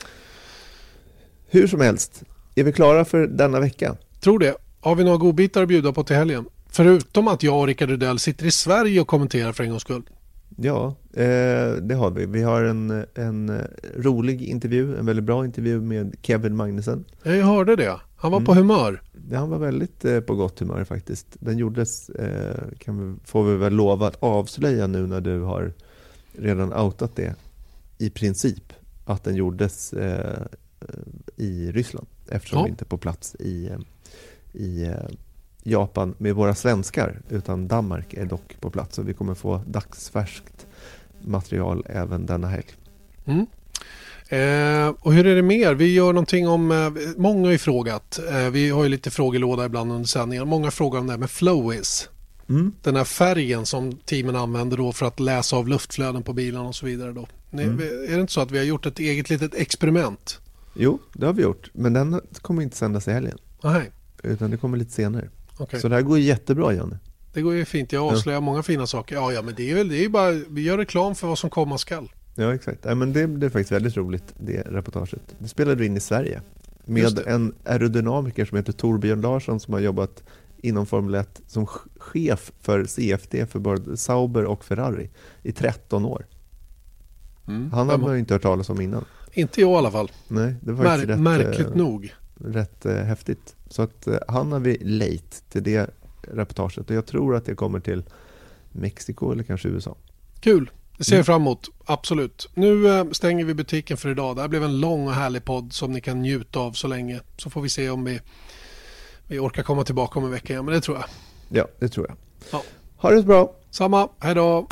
Hur som helst, är vi klara för denna vecka?
Tror det. Har vi några godbitar att bjuda på till helgen? Förutom att jag och Rickard Rydell sitter i Sverige och kommenterar för en gångs skull.
Ja, eh, det har vi. Vi har en, en rolig intervju, en väldigt bra intervju med Kevin Magnussen.
Jag hörde det. Han var
mm.
på humör.
Ja, han var väldigt eh, på gott humör faktiskt. Den gjordes, eh, kan vi, får vi väl lova att avslöja nu när du har redan outat det i princip, att den gjordes eh, i Ryssland, eftersom ja. vi inte är på plats i, i eh, Japan med våra svenskar, utan Danmark är dock på plats, och vi kommer få dagsfärskt material även denna helg. Mm.
Eh, och hur är det mer? Vi gör någonting om, eh, många har ju frågat, eh, vi har ju lite frågelåda ibland under sändningar, många frågar om det här med Flowis. Mm. Den här färgen som teamen använder då för att läsa av luftflöden på bilarna och så vidare då. Mm. Är det inte så att vi har gjort ett eget litet experiment?
Jo, det har vi gjort, men den kommer inte sändas i helgen.
Nej.
Utan det kommer lite senare.
Okay.
Så det här går jättebra, Janne.
Det går ju fint, jag avslöjar ja. många fina saker. Ja, ja, men det är väl, det är ju bara, vi gör reklam för vad som komma skall.
Ja, exakt. Ja, men det, det är faktiskt väldigt roligt, det reportaget. Det spelade in i Sverige med en aerodynamiker som heter Torbjörn Larsson, som har jobbat inom Formel ett som chef för C F D för både Sauber och Ferrari i tretton år. Mm. Han har man ju inte hört talas om innan.
Inte jag i alla fall.
Nej, det var
Mär-
rätt,
märkligt
äh,
nog.
Rätt äh, häftigt. Så att äh, han har vi lejt till det reportaget, och jag tror att det kommer till Mexiko eller kanske U S A.
Kul. Det ser jag fram emot, absolut. Nu äh, stänger vi butiken för idag. Det här blev en lång och härlig podd som ni kan njuta av så länge. Så får vi se om vi, vi orkar komma tillbaka om en vecka igen, men det tror jag.
Ja, det tror jag.
Ja.
Ha det så bra.
Samma, hej då.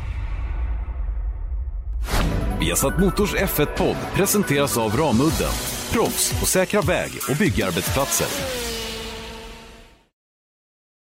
Viasat Motors F ett-podd presenteras av Ramudden. Proffs på säkra väg- och byggarbetsplatser.